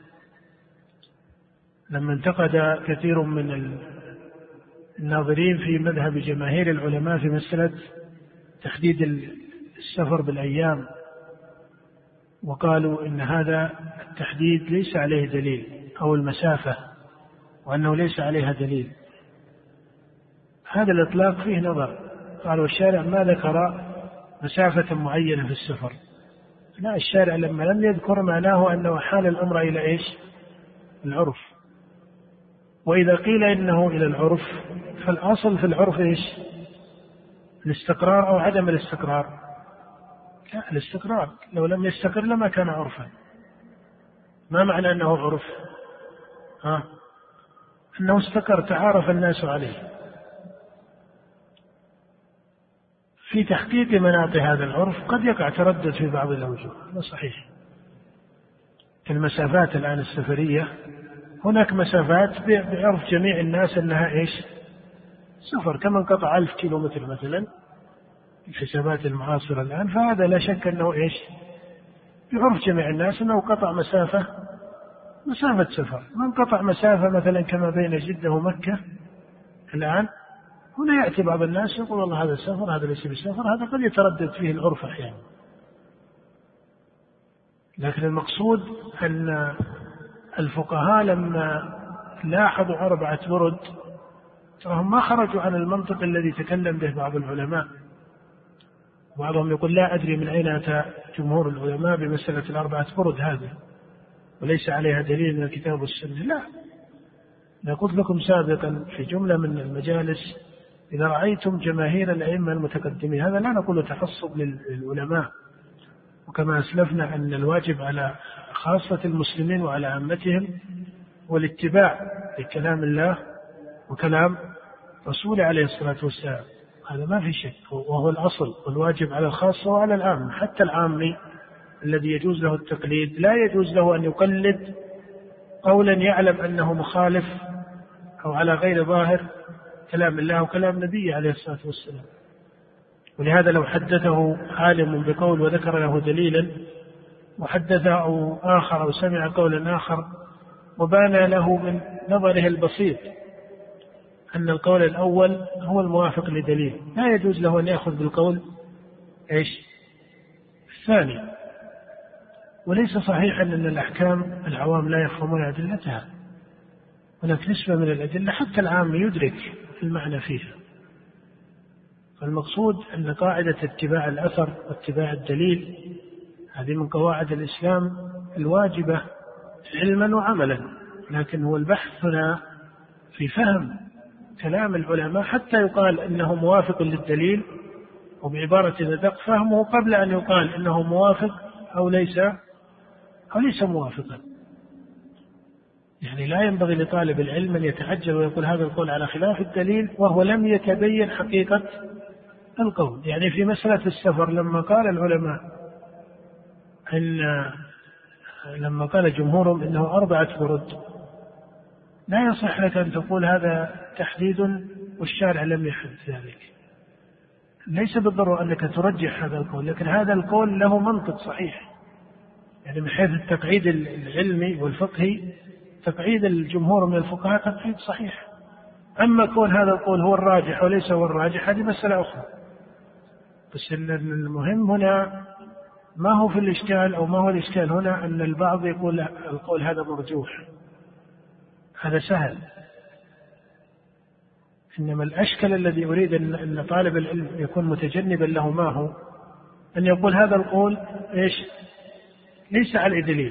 A: لما انتقد كثير من الناظرين في مذهب جماهير العلماء في مسألة تحديد السفر بالأيام، وقالوا إن هذا التحديد ليس عليه دليل، أو المسافة، وأنه ليس عليها دليل. هذا الإطلاق فيه نظر، قالوا الشارع ما ذكر مسافة معينة في السفر، لا، الشارع لما لم يذكر معناه أنه حال الأمر إلى إيش؟ العرف. وإذا قيل إنه إلى العرف فالأصل في العرف إيش؟ الاستقرار أو عدم الاستقرار؟ لا، الاستقرار، لو لم يستقر لما كان عرفا. ما معنى أنه عرف؟ أنه استقر، تعارف الناس عليه. في تحقيق مناط هذا العرف قد يقع تردد في بعض الأوجه، هذا صحيح. المسافات الآن السفرية، هناك مسافات بعرف جميع الناس أنها إيش؟ سفر، كما انقطع 1000 كيلومتر مثلا الحسابات المعاصرة الآن، فهذا لا شك أنه إيش؟ بعرف جميع الناس أنه قطع مسافة سفر. من قطع مسافة مثلا كما بين جدة ومكة الآن، هنا يأتي بعض الناس يقول والله هذا سفر، هذا ليس بسفر، هذا قد يتردد فيه العرف أحيانا. لكن المقصود أن الفقهاء لما لاحظوا 4 برد فهم ما خرجوا عن المنطق الذي تكلم به بعض العلماء. بعضهم يقول لا أدري من أين أتى جمهور العلماء بمسألة 4 برد هذه، وليس عليها دليل من الكتاب والسنة. لا، أنا قلت لكم سابقا في جملة من المجالس إذا رأيتم جماهير الأئمة المتقدمين، هذا لا نقول تحصب للعلماء، وكما أسلفنا أن الواجب على خاصة المسلمين وعلى عامتهم والاتباع لكلام الله وكلام رسوله عليه الصلاة والسلام، هذا ما في شك، وهو الأصل، والواجب على الخاصة وعلى العام. حتى العامي الذي يجوز له التقليد لا يجوز له أن يقلد قولا يعلم أنه مخالف أو على غير ظاهر كلام الله وكلام نبيه عليه الصلاة والسلام. ولهذا لو حدثه عالم بقول وذكر له دليلا، وحدث أو آخر أو سمع قولا آخر وبان له من نظره البسيط أن القول الأول هو الموافق لدليل، لا يجوز له أن يأخذ بالقول الثاني. وليس صحيحا أن الأحكام العوام لا يفهمون أدلتها، هناك نسبة من الأدلة حتى العام يدرك المعنى فيها. فالمقصود أن قاعدة اتباع الأثر واتباع الدليل هذه من قواعد الإسلام الواجبة علما وعملا، لكن هو البحث هنا في فهم كلام العلماء حتى يقال إنه موافق للدليل، وبعبارة أدق فهمه قبل أن يقال إنه موافق أو ليس موافقا. يعني لا ينبغي لطالب العلم أن يتعجل ويقول هذا القول على خلاف الدليل وهو لم يتبين حقيقة القول. يعني في مسألة السفر لما قال العلماء لما قال جمهورهم إنه 4 برد، لا يصح لك أن تقول هذا تحديد والشارع لم يحدد ذلك. ليس بالضرورة أنك ترجح هذا القول، لكن هذا القول له منطق صحيح. يعني من حيث التقعيد العلمي والفقهي تقعيد الجمهور من الفقهاء تقعيد صحيح. أما كون هذا القول هو الراجح وليس هو الراجح هذه مسألة أخرى. بس المهم هنا ما هو في الإشكال أو ما هو الإشكال هنا أن البعض يقول القول هذا مرجوح، هذا سهل. إنما الأشكال الذي أريد أن طالب العلم يكون متجنبا له ما هو أن يقول هذا القول ليس على دليل.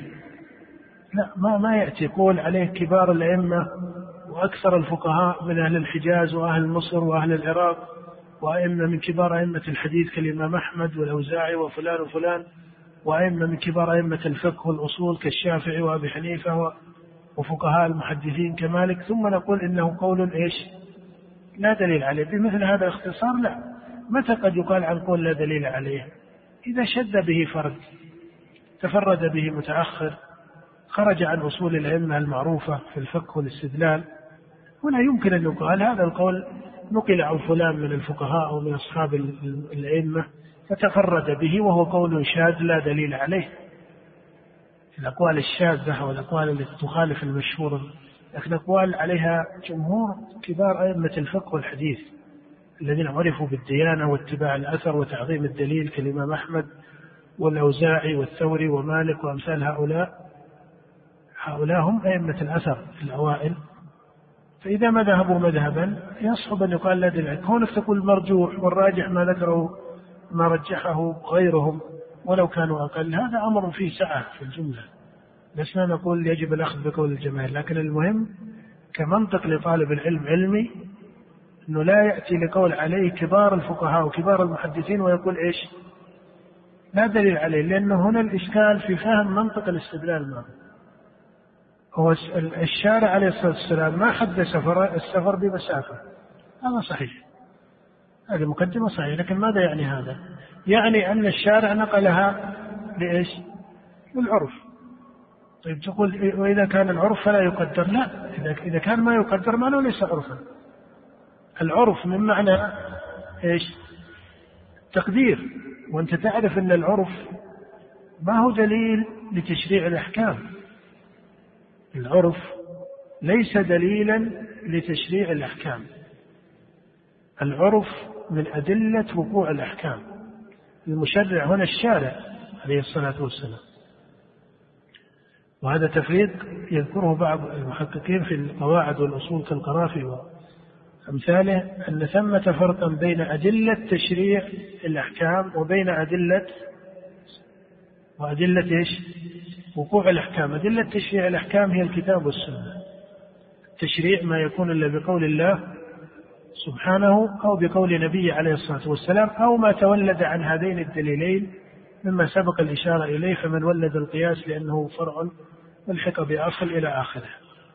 A: لا، ما يأتي يقول عليه كبار الأئمة وأكثر الفقهاء من أهل الحجاز وأهل مصر وأهل العراق وأئمة من كبار أئمة الحديث كالإمام أحمد والأوزاعي وفلان وفلان، وأئمة من كبار أئمة الفقه والأصول كالشافعي وأبي حنيفة وفقهاء المحدثين كمالك، ثم نقول إنه قول لا دليل عليه. بمثل هذا الاختصار لا. متى قد يقال عن قول لا دليل عليه؟ إذا شد به فرد، تفرد به متأخر، خرج عن أصول الأئمة المعروفة في الفقه والاستدلال، هنا يمكن أن يقال هذا القول نقل عن فلان من الفقهاء أو من أصحاب الأئمة فتفرد به وهو قول شاذ لا دليل عليه. الأقوال الشاذة والأقوال التي تخالف المشهور، لكن أقوال عليها جمهور كبار أئمة الفقه والحديث الذين عرفوا بالديانة واتباع الأثر وتعظيم الدليل كالإمام أحمد والأوزاعي والثوري ومالك وأمثال هؤلاء هم أئمة الأثر الأوائل. فإذا ما ذهبوا مذهبا يصعب أن يقال لا دليل. كونك تقول مرجوح والراجح ما ذكره ما رجحه غيرهم ولو كانوا أقل، هذا أمر فيه سعة في الجملة. لسنا نقول يجب الأخذ بقول الجماهير، لكن المهم كمنطق لطالب العلم علمي أنه لا يأتي لقول عليه كبار الفقهاء وكبار المحدثين ويقول لا دليل عليه، لأنه هنا الإشكال في فهم منطق الاستدلال معه. هو الشارع عليه الصلاة والسلام ما حد السفر بمسافة، هذا صحيح، هذه مقدمة صحيح، لكن ماذا يعني هذا؟ يعني أن الشارع نقلها للعرف. طيب تقول وإذا كان العرف فلا يقدر، لا، إذا كان ما يقدر معناه ليس عرفا. العرف من معنى تقدير، وأنت تعرف أن العرف ما هو دليل لتشريع الأحكام. العرف ليس دليلا لتشريع الأحكام، العرف من أدلة وقوع الأحكام. المشرع هنا الشارع عليه الصلاة والسلام. وهذا تفريق يذكره بعض المحققين في القواعد والأصول كالقرافي وأمثاله، أن ثمة فرقا بين أدلة تشريع الأحكام وبين أدلة وقوع الأحكام. أدلة تشريع الأحكام هي الكتاب والسنة. التشريع ما يكون إلا بقول الله سبحانه أو بقول نبيه عليه الصلاة والسلام أو ما تولد عن هذين الدليلين مما سبق الإشارة إليه، فمن ولد القياس لأنه فرع ملحق بأصل إلى آخره.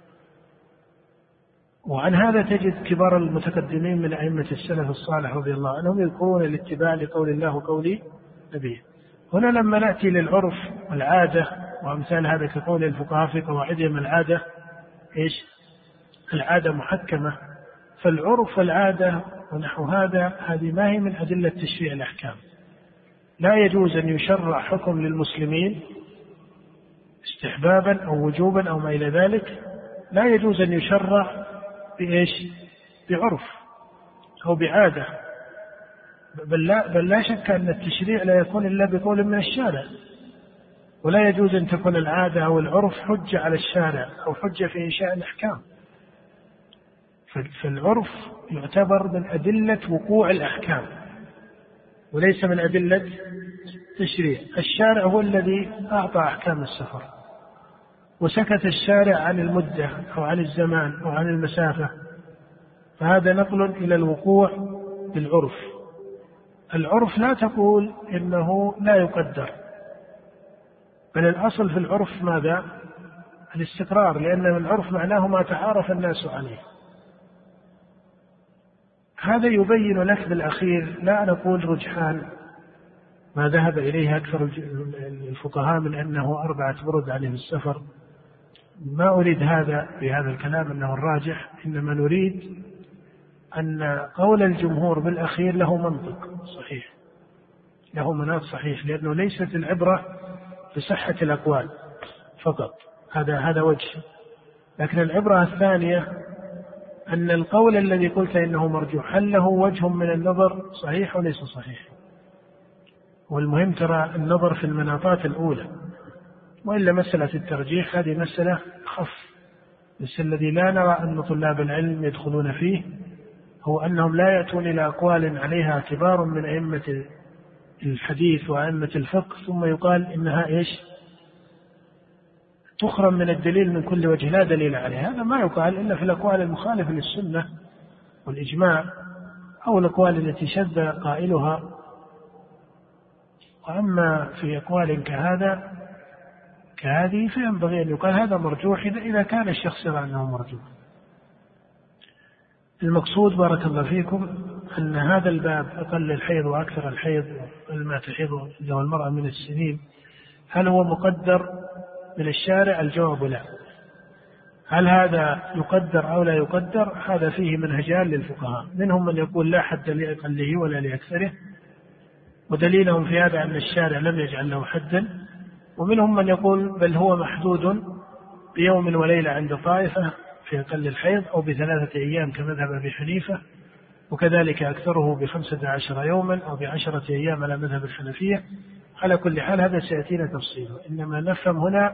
A: وعن هذا تجد كبار المتقدمين من أئمة السلف الصالح رضي الله عنهم يذكرون الاتباع لقول الله وقول نبيه. هنا لما نأتي للعرف والعادة وأمثال هذا كقول الفقهاء في قواعدهم العادة العادة محكمة، فالعرف والعادة ونحو هذه ما هي من أدلة تشريع الأحكام. لا يجوز أن يشرع حكم للمسلمين استحبابا أو وجوبا أو ما إلى ذلك، لا يجوز أن يشرع بإيش؟ بعرف أو بعادة، بل لا شك أن التشريع لا يكون إلا بقول من الشارع، ولا يجوز أن تكون العادة أو العرف حجة على الشارع أو حجة في إنشاء الأحكام. فالعرف يعتبر من أدلة وقوع الأحكام وليس من أدلة تشريع. الشارع هو الذي أعطى أحكام السفر، وسكت الشارع عن المدة أو عن الزمان أو عن المسافة، فهذا نقل إلى الوقوع بالعرف. العرف لا تقول إنه لا يقدر، بل الأصل في العرف ماذا؟ الاستقرار، لأن العرف معناه ما تعارف الناس عليه. هذا يبين لك بالأخير، لا نقول رجحان ما ذهب إليه أكثر الفقهاء من أنه 4 برد عليه السفر، ما أريد هذا بهذا الكلام أنه الراجح، إنما نريد أن قول الجمهور بالأخير له منطق صحيح، له مناط صحيح، لأنه ليست العبرة بصحة الأقوال فقط، هذا وجه، لكن العبرة الثانية أن القول الذي قلت إنه مرجوح هل له وجه من النظر صحيح وليس صحيح. والمهم ترى النظر في المناطات الأولى، وإلا مسألة الترجيح هذه مسألة خف، بس الذي لا نرى أن طلاب العلم يدخلون فيه هو أنهم لا يأتون إلى أقوال عليها كبار من أئمة الحديث وأئمة الفقه ثم يقال إنها إيش؟ تخرم من الدليل من كل وجه، لا دليل عليه. هذا ما يقال إلا في الأقوال المخالفة للسنة والإجماع أو الأقوال التي شذ قائلها، وأما في أقوال كهذه فينبغي أن يقال هذا مرجوح إذا كان الشخص يرى أنه مرجوح. المقصود بارك الله فيكم أن هذا الباب أقل الحيض وأكثر الحيض ما تحيض له المرأة من السنين، هل هو مقدر من الشارع؟ الجواب لا. هل هذا يقدر أو لا يقدر؟ هذا فيه منهجان للفقهاء، منهم من يقول لا حد لأقله ولا لأكثره، ودليلهم في هذا أن الشارع لم يجعل له حدا، ومنهم من يقول بل هو محدود بيوم وليلة عند طائفة في أقل الحيض، أو ب3 أيام كمذهب أبي حنيفة، وكذلك أكثره ب15 يوما أو ب10 أيام على مذهب الحنفية. على كل حال هذا سيأتينا تفصيله، إنما نفهم هنا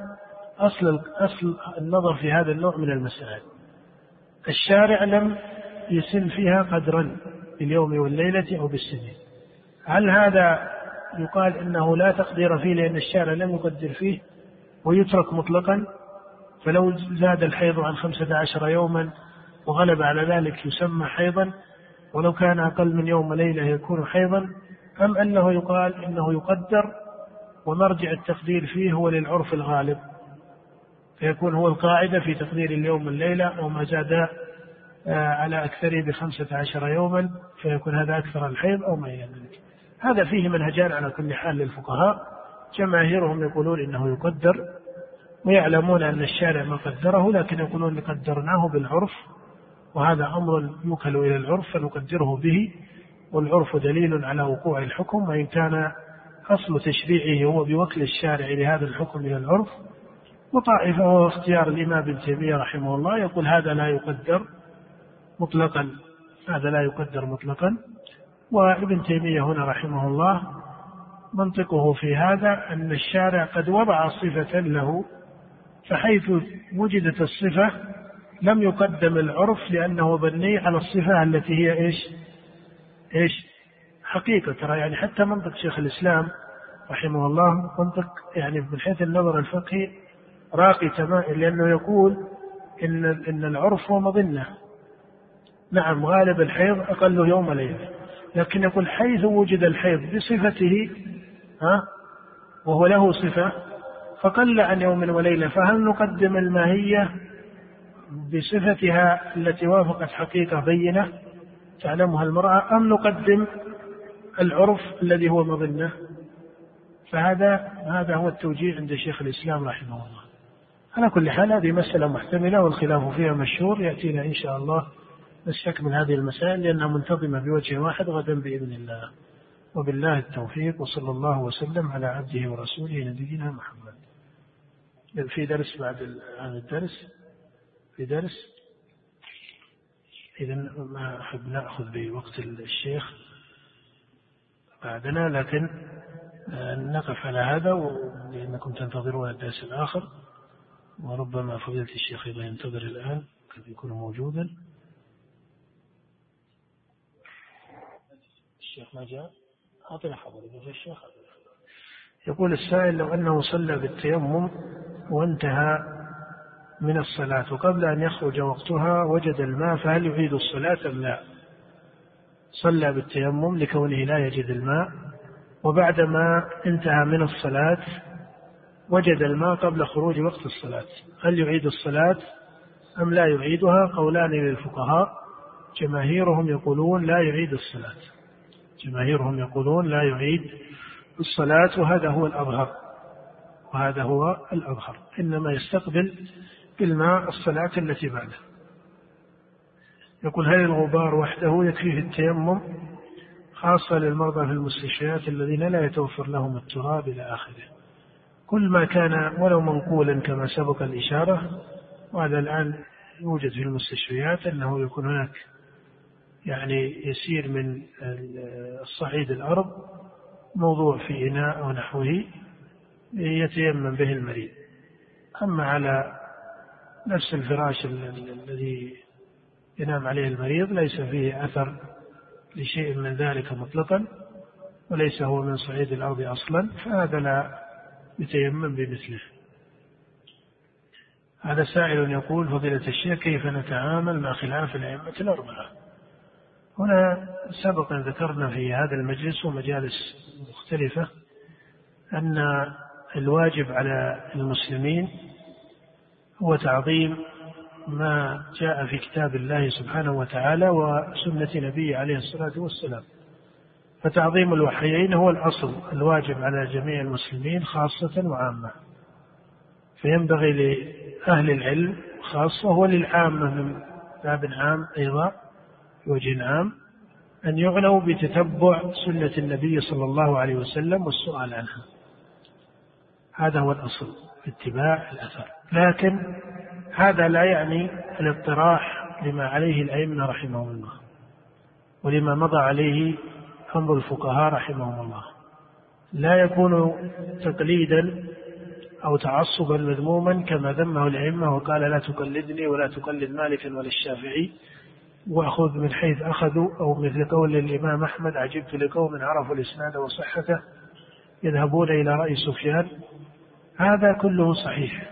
A: أصل النظر في هذا النوع من المسائل. الشارع لم يسن فيها قدرا باليوم والليلة أو بالسنين، هل هذا يقال إنه لا تقدير فيه لأن الشارع لم يقدر فيه ويترك مطلقا؟ فلو زاد الحيض عن 15 يوما وغلب على ذلك يسمى حيضا، ولو كان أقل من يوم وليلة يكون حيضا، أم أنه يقال إنه يقدر ومرجع التقدير فيه هو للعرف الغالب، فيكون هو القاعدة في تقدير اليوم والليلة، أو ما زاد على أكثره ب15 يوما فيكون هذا أكثر الحيض أو ما إلى ذلك. هذا فيه منهجان على كل حال للفقهاء، جماهيرهم يقولون إنه يقدر ويعلمون أن الشارع ما قدره، لكن يقولون قدرناه بالعرف، وهذا أمر يوكل إلى العرف فنقدره به، والعرف دليل على وقوع الحكم، وإن كان أصل تشريعه هو بوكل الشارع لهذا الحكم إلى العرف. وطائفة وهو اختيار الإمام ابن تيمية رحمه الله يقول هذا لا يقدر مطلقا، هذا لا يقدر مطلقا. وابن تيمية هنا رحمه الله منطقه في هذا أن الشارع قد وضع صفة له، فحيث وجدت الصفة لم يقدم العرف لأنه بني على الصفة التي هي إيش حقيقة. ترى يعني حتى منطق شيخ الإسلام رحمه الله منطق يعني من حيث النظر الفقهي راقي تمام، لأنه يقول إن العرف هو مظنة، نعم غالب الحيض أقل يوم ليلة، لكن يقول حيث وجد الحيض بصفته وهو له صفة فقل عن يوم وليلة، فهل نقدم الماهية بصفتها التي وافقت حقيقة بينة تعلمها المرأة، أم نقدم العرف الذي هو مظنة؟ فهذا هو التوجيه عند شيخ الإسلام رحمه الله. على كل حال هذه مسألة محتملة والخلاف فيها مشهور، يأتينا إن شاء الله نستكمل هذه المسائل لأنها منتظمة بوجه واحد غدا بإذن الله. وبالله التوفيق، وصلى الله وسلم على عبده ورسوله نبينا محمد. في درس بعد هذا الدرس، في درس، إذن ما أحب نأخذ بوقت الشيخ بعدنا، لكن نقف على هذا لأنكم تنتظرون الدرس الآخر، وربما فضيلة الشيخ إذا ينتظر الآن قد يكون موجودا. الشيخ ما جاء، أعطنا خبر إذا الشيخ. يقول السائل: لو أنه صلى بالتيمم وانتهى من الصلاة وقبل أن يخرج وقتها وجد الماء، فهل يعيد الصلاة أم لا؟ صلى بالتيمم لكونه لا يجد الماء، وبعدما انتهى من الصلاة وجد الماء قبل خروج وقت الصلاة، هل يعيد الصلاة أم لا يعيدها؟ قولان للفقهاء، جماهيرهم يقولون لا يعيد الصلاة، جماهيرهم يقولون لا يعيد الصلاة، وهذا هو الأظهر، وهذا هو الأظهر، إنما يستقبل بالماء الصلاة التي بعده. يقول: هل الغبار وحده يكفيه التيمم، خاصة للمرضى في المستشفيات الذين لا يتوفر لهم التراب إلى آخره؟ كل ما كان ولو منقولا كما سبق الإشارة، وهذا الآن يوجد في المستشفيات، أنه يكون هناك يعني يسير من الصعيد الأرض موضوع في إناء أو نحوه يتيمم به المريض. أما على نفس الفراش الذي ينام عليه المريض ليس فيه أثر لشيء من ذلك مطلقا، وليس هو من صعيد الأرض أصلا، فهذا لا يتيمم بمثله. هذا سائل يقول: فضيلة الشيخ، كيف نتعامل مع خلاف الأئمة الأربعة؟ هنا سبق أن ذكرنا في هذا المجلس ومجالس مختلفة أن الواجب على المسلمين هو تعظيم ما جاء في كتاب الله سبحانه وتعالى وسنة نبيه عليه الصلاة والسلام، فتعظيم الوحيين هو الأصل الواجب على جميع المسلمين خاصة وعامة، فينبغي لأهل العلم خاصة وللعامة من باب عام أيضا بوجه عام أن يعنوا بتتبع سنة النبي صلى الله عليه وسلم والسؤال عنها، هذا هو الأصل في اتباع الأثر. لكن هذا لا يعني الاطراح لما عليه الأئمة رحمهم الله ولما مضى عليه أمر الفقهاء رحمهم الله، لا يكون تقليدا أو تعصبا مذموما كما ذمه الأئمة وقال: لا تقلدني ولا تقلد مالك ولا الشافعي، وأخذ من حيث أخذوا، أو مثل قول الإمام أحمد: عجبت لقوم عرفوا الإسناد وصحته يذهبون إلى رأي سفيان. هذا كله صحيح،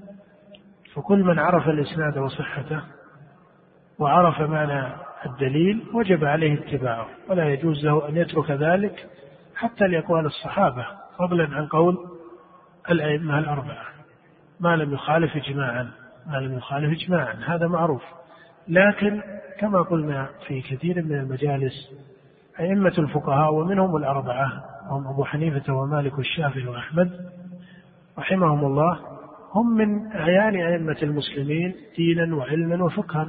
A: فكل من عرف الإسناد وصحته وعرف معنى الدليل وجب عليه اتباعه، ولا يجوز له أن يترك ذلك حتى لأقوال الصحابة، فضلا عن قول الأئمة الأربعة، ما لم يخالف إجماعا، ما لم يخالف إجماعا، هذا معروف. لكن كما قلنا في كثير من المجالس، أئمة الفقهاء ومنهم الأربعة هم أبو حنيفة ومالك والشافعي وأحمد رحمهم الله، هم من أعيان أئمة المسلمين دينا وعلما وفقها،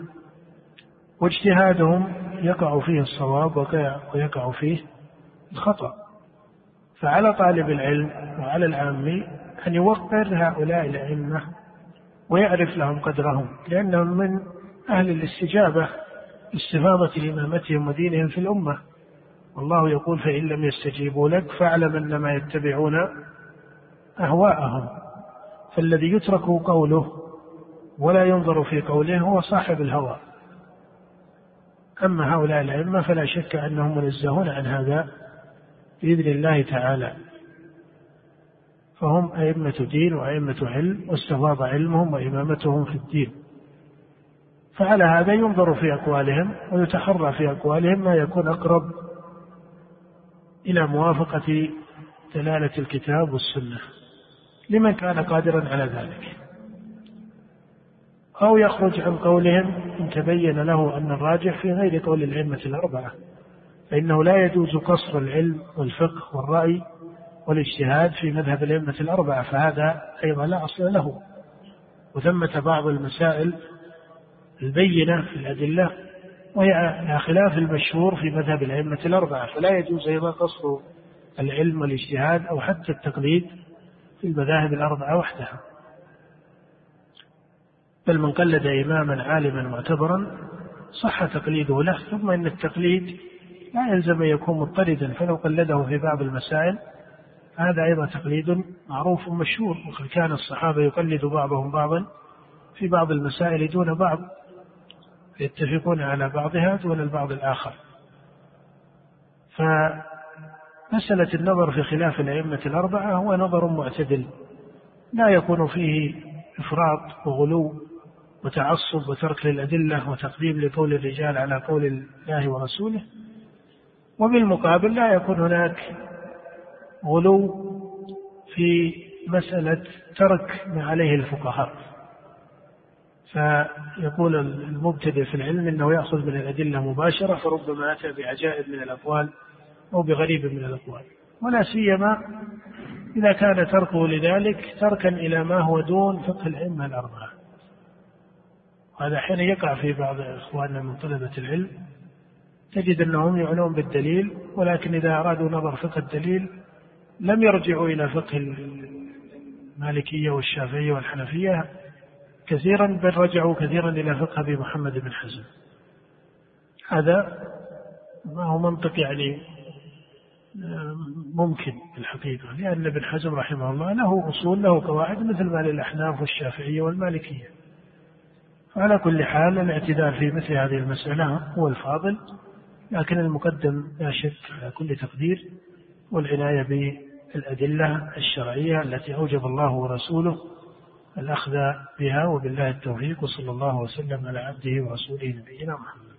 A: واجتهادهم يقع فيه الصواب ويقع فيه الخطأ، فعلى طالب العلم وعلى العامي أن يوقر هؤلاء الأئمة ويعرف لهم قدرهم، لأنهم من أهل الاستجابة لاستفاضة إمامتهم ودينهم في الأمة، والله يقول: فإن لم يستجيبوا لك فاعلم أنما يتبعون أهواءهم. فالذي يترك قوله ولا ينظر في قوله هو صاحب الهوى. أما هؤلاء الأئمة فلا شك أنهم منزهون عن هذا بإذن الله تعالى، فهم أئمة دين وأئمة علم، واستفاض علمهم وإمامتهم في الدين، فعلى هذا ينظر في أقوالهم ويتحرى في أقوالهم ما يكون أقرب إلى موافقة دلالة الكتاب والسنة لمن كان قادرا على ذلك، أو يخرج عن قولهم إن تبين له أن الراجح في غير قول الأئمة الأربعة، فإنه لا يجوز قصر العلم والفقه والرأي والاجتهاد في مذهب الأئمة الأربعة، فهذا أيضا لا أصل له، وثمة بعض المسائل البينة في الأدلة وهي على خلاف المشهور في مذهب الأئمة الأربعة، فلا يجوز أيضا قصر العلم والاجتهاد أو حتى التقليد في المذاهب الأربعة وحدها، بل من قلد إماما عالما معتبرا صح تقليده له. ثم إن التقليد لا يلزم أن يكون مضطردا، فلو قلده في بعض المسائل هذا أيضا تقليد معروف مشهور، وقد كان الصحابة يقلد بعضهم بعضا في بعض المسائل دون بعض، يتفقون على بعضها دون البعض الآخر. فمسألة النظر في خلاف الأئمة الأربعة هو نظر معتدل لا يكون فيه إفراط وغلو وتعصب وترك للأدلة وتقديم لقول الرجال على قول الله ورسوله، وبالمقابل لا يكون هناك غلو في مسألة ترك ما عليه الفقهاء، فيقول المبتدئ في العلم إنه يأخذ من الأدلة مباشرة فربما أتى بعجائب من الأقوال أو بغريب من الأقوال، ولا سيما إذا كان تركه لذلك تركا إلى ما هو دون فقه الأئمة الأربعة. وهذا حين يقع في بعض إخواننا من طلبة العلم، تجد أنهم يعنون بالدليل، ولكن إذا أرادوا نظر فقه الدليل لم يرجعوا إلى فقه المالكية والشافعية والحنفية كثيرا، بل رجعوا كثيرا إلى فقه أبي محمد بن حزم. هذا ما هو منطق يعني ممكن في الحقيقة، لأن ابن حزم رحمه الله له أصول له قواعد مثل ما للأحناف والشافعية والمالكية. على كل حال الاعتدال في مثل هذه المسألة هو الفاضل، لكن المقدم لا شك على كل تقدير والعناية بالأدلة الشرعية التي أوجب الله ورسوله الأخذ بها، وبالله التوفيق، وصلى الله وسلم على عبده ورسوله نبينا محمد.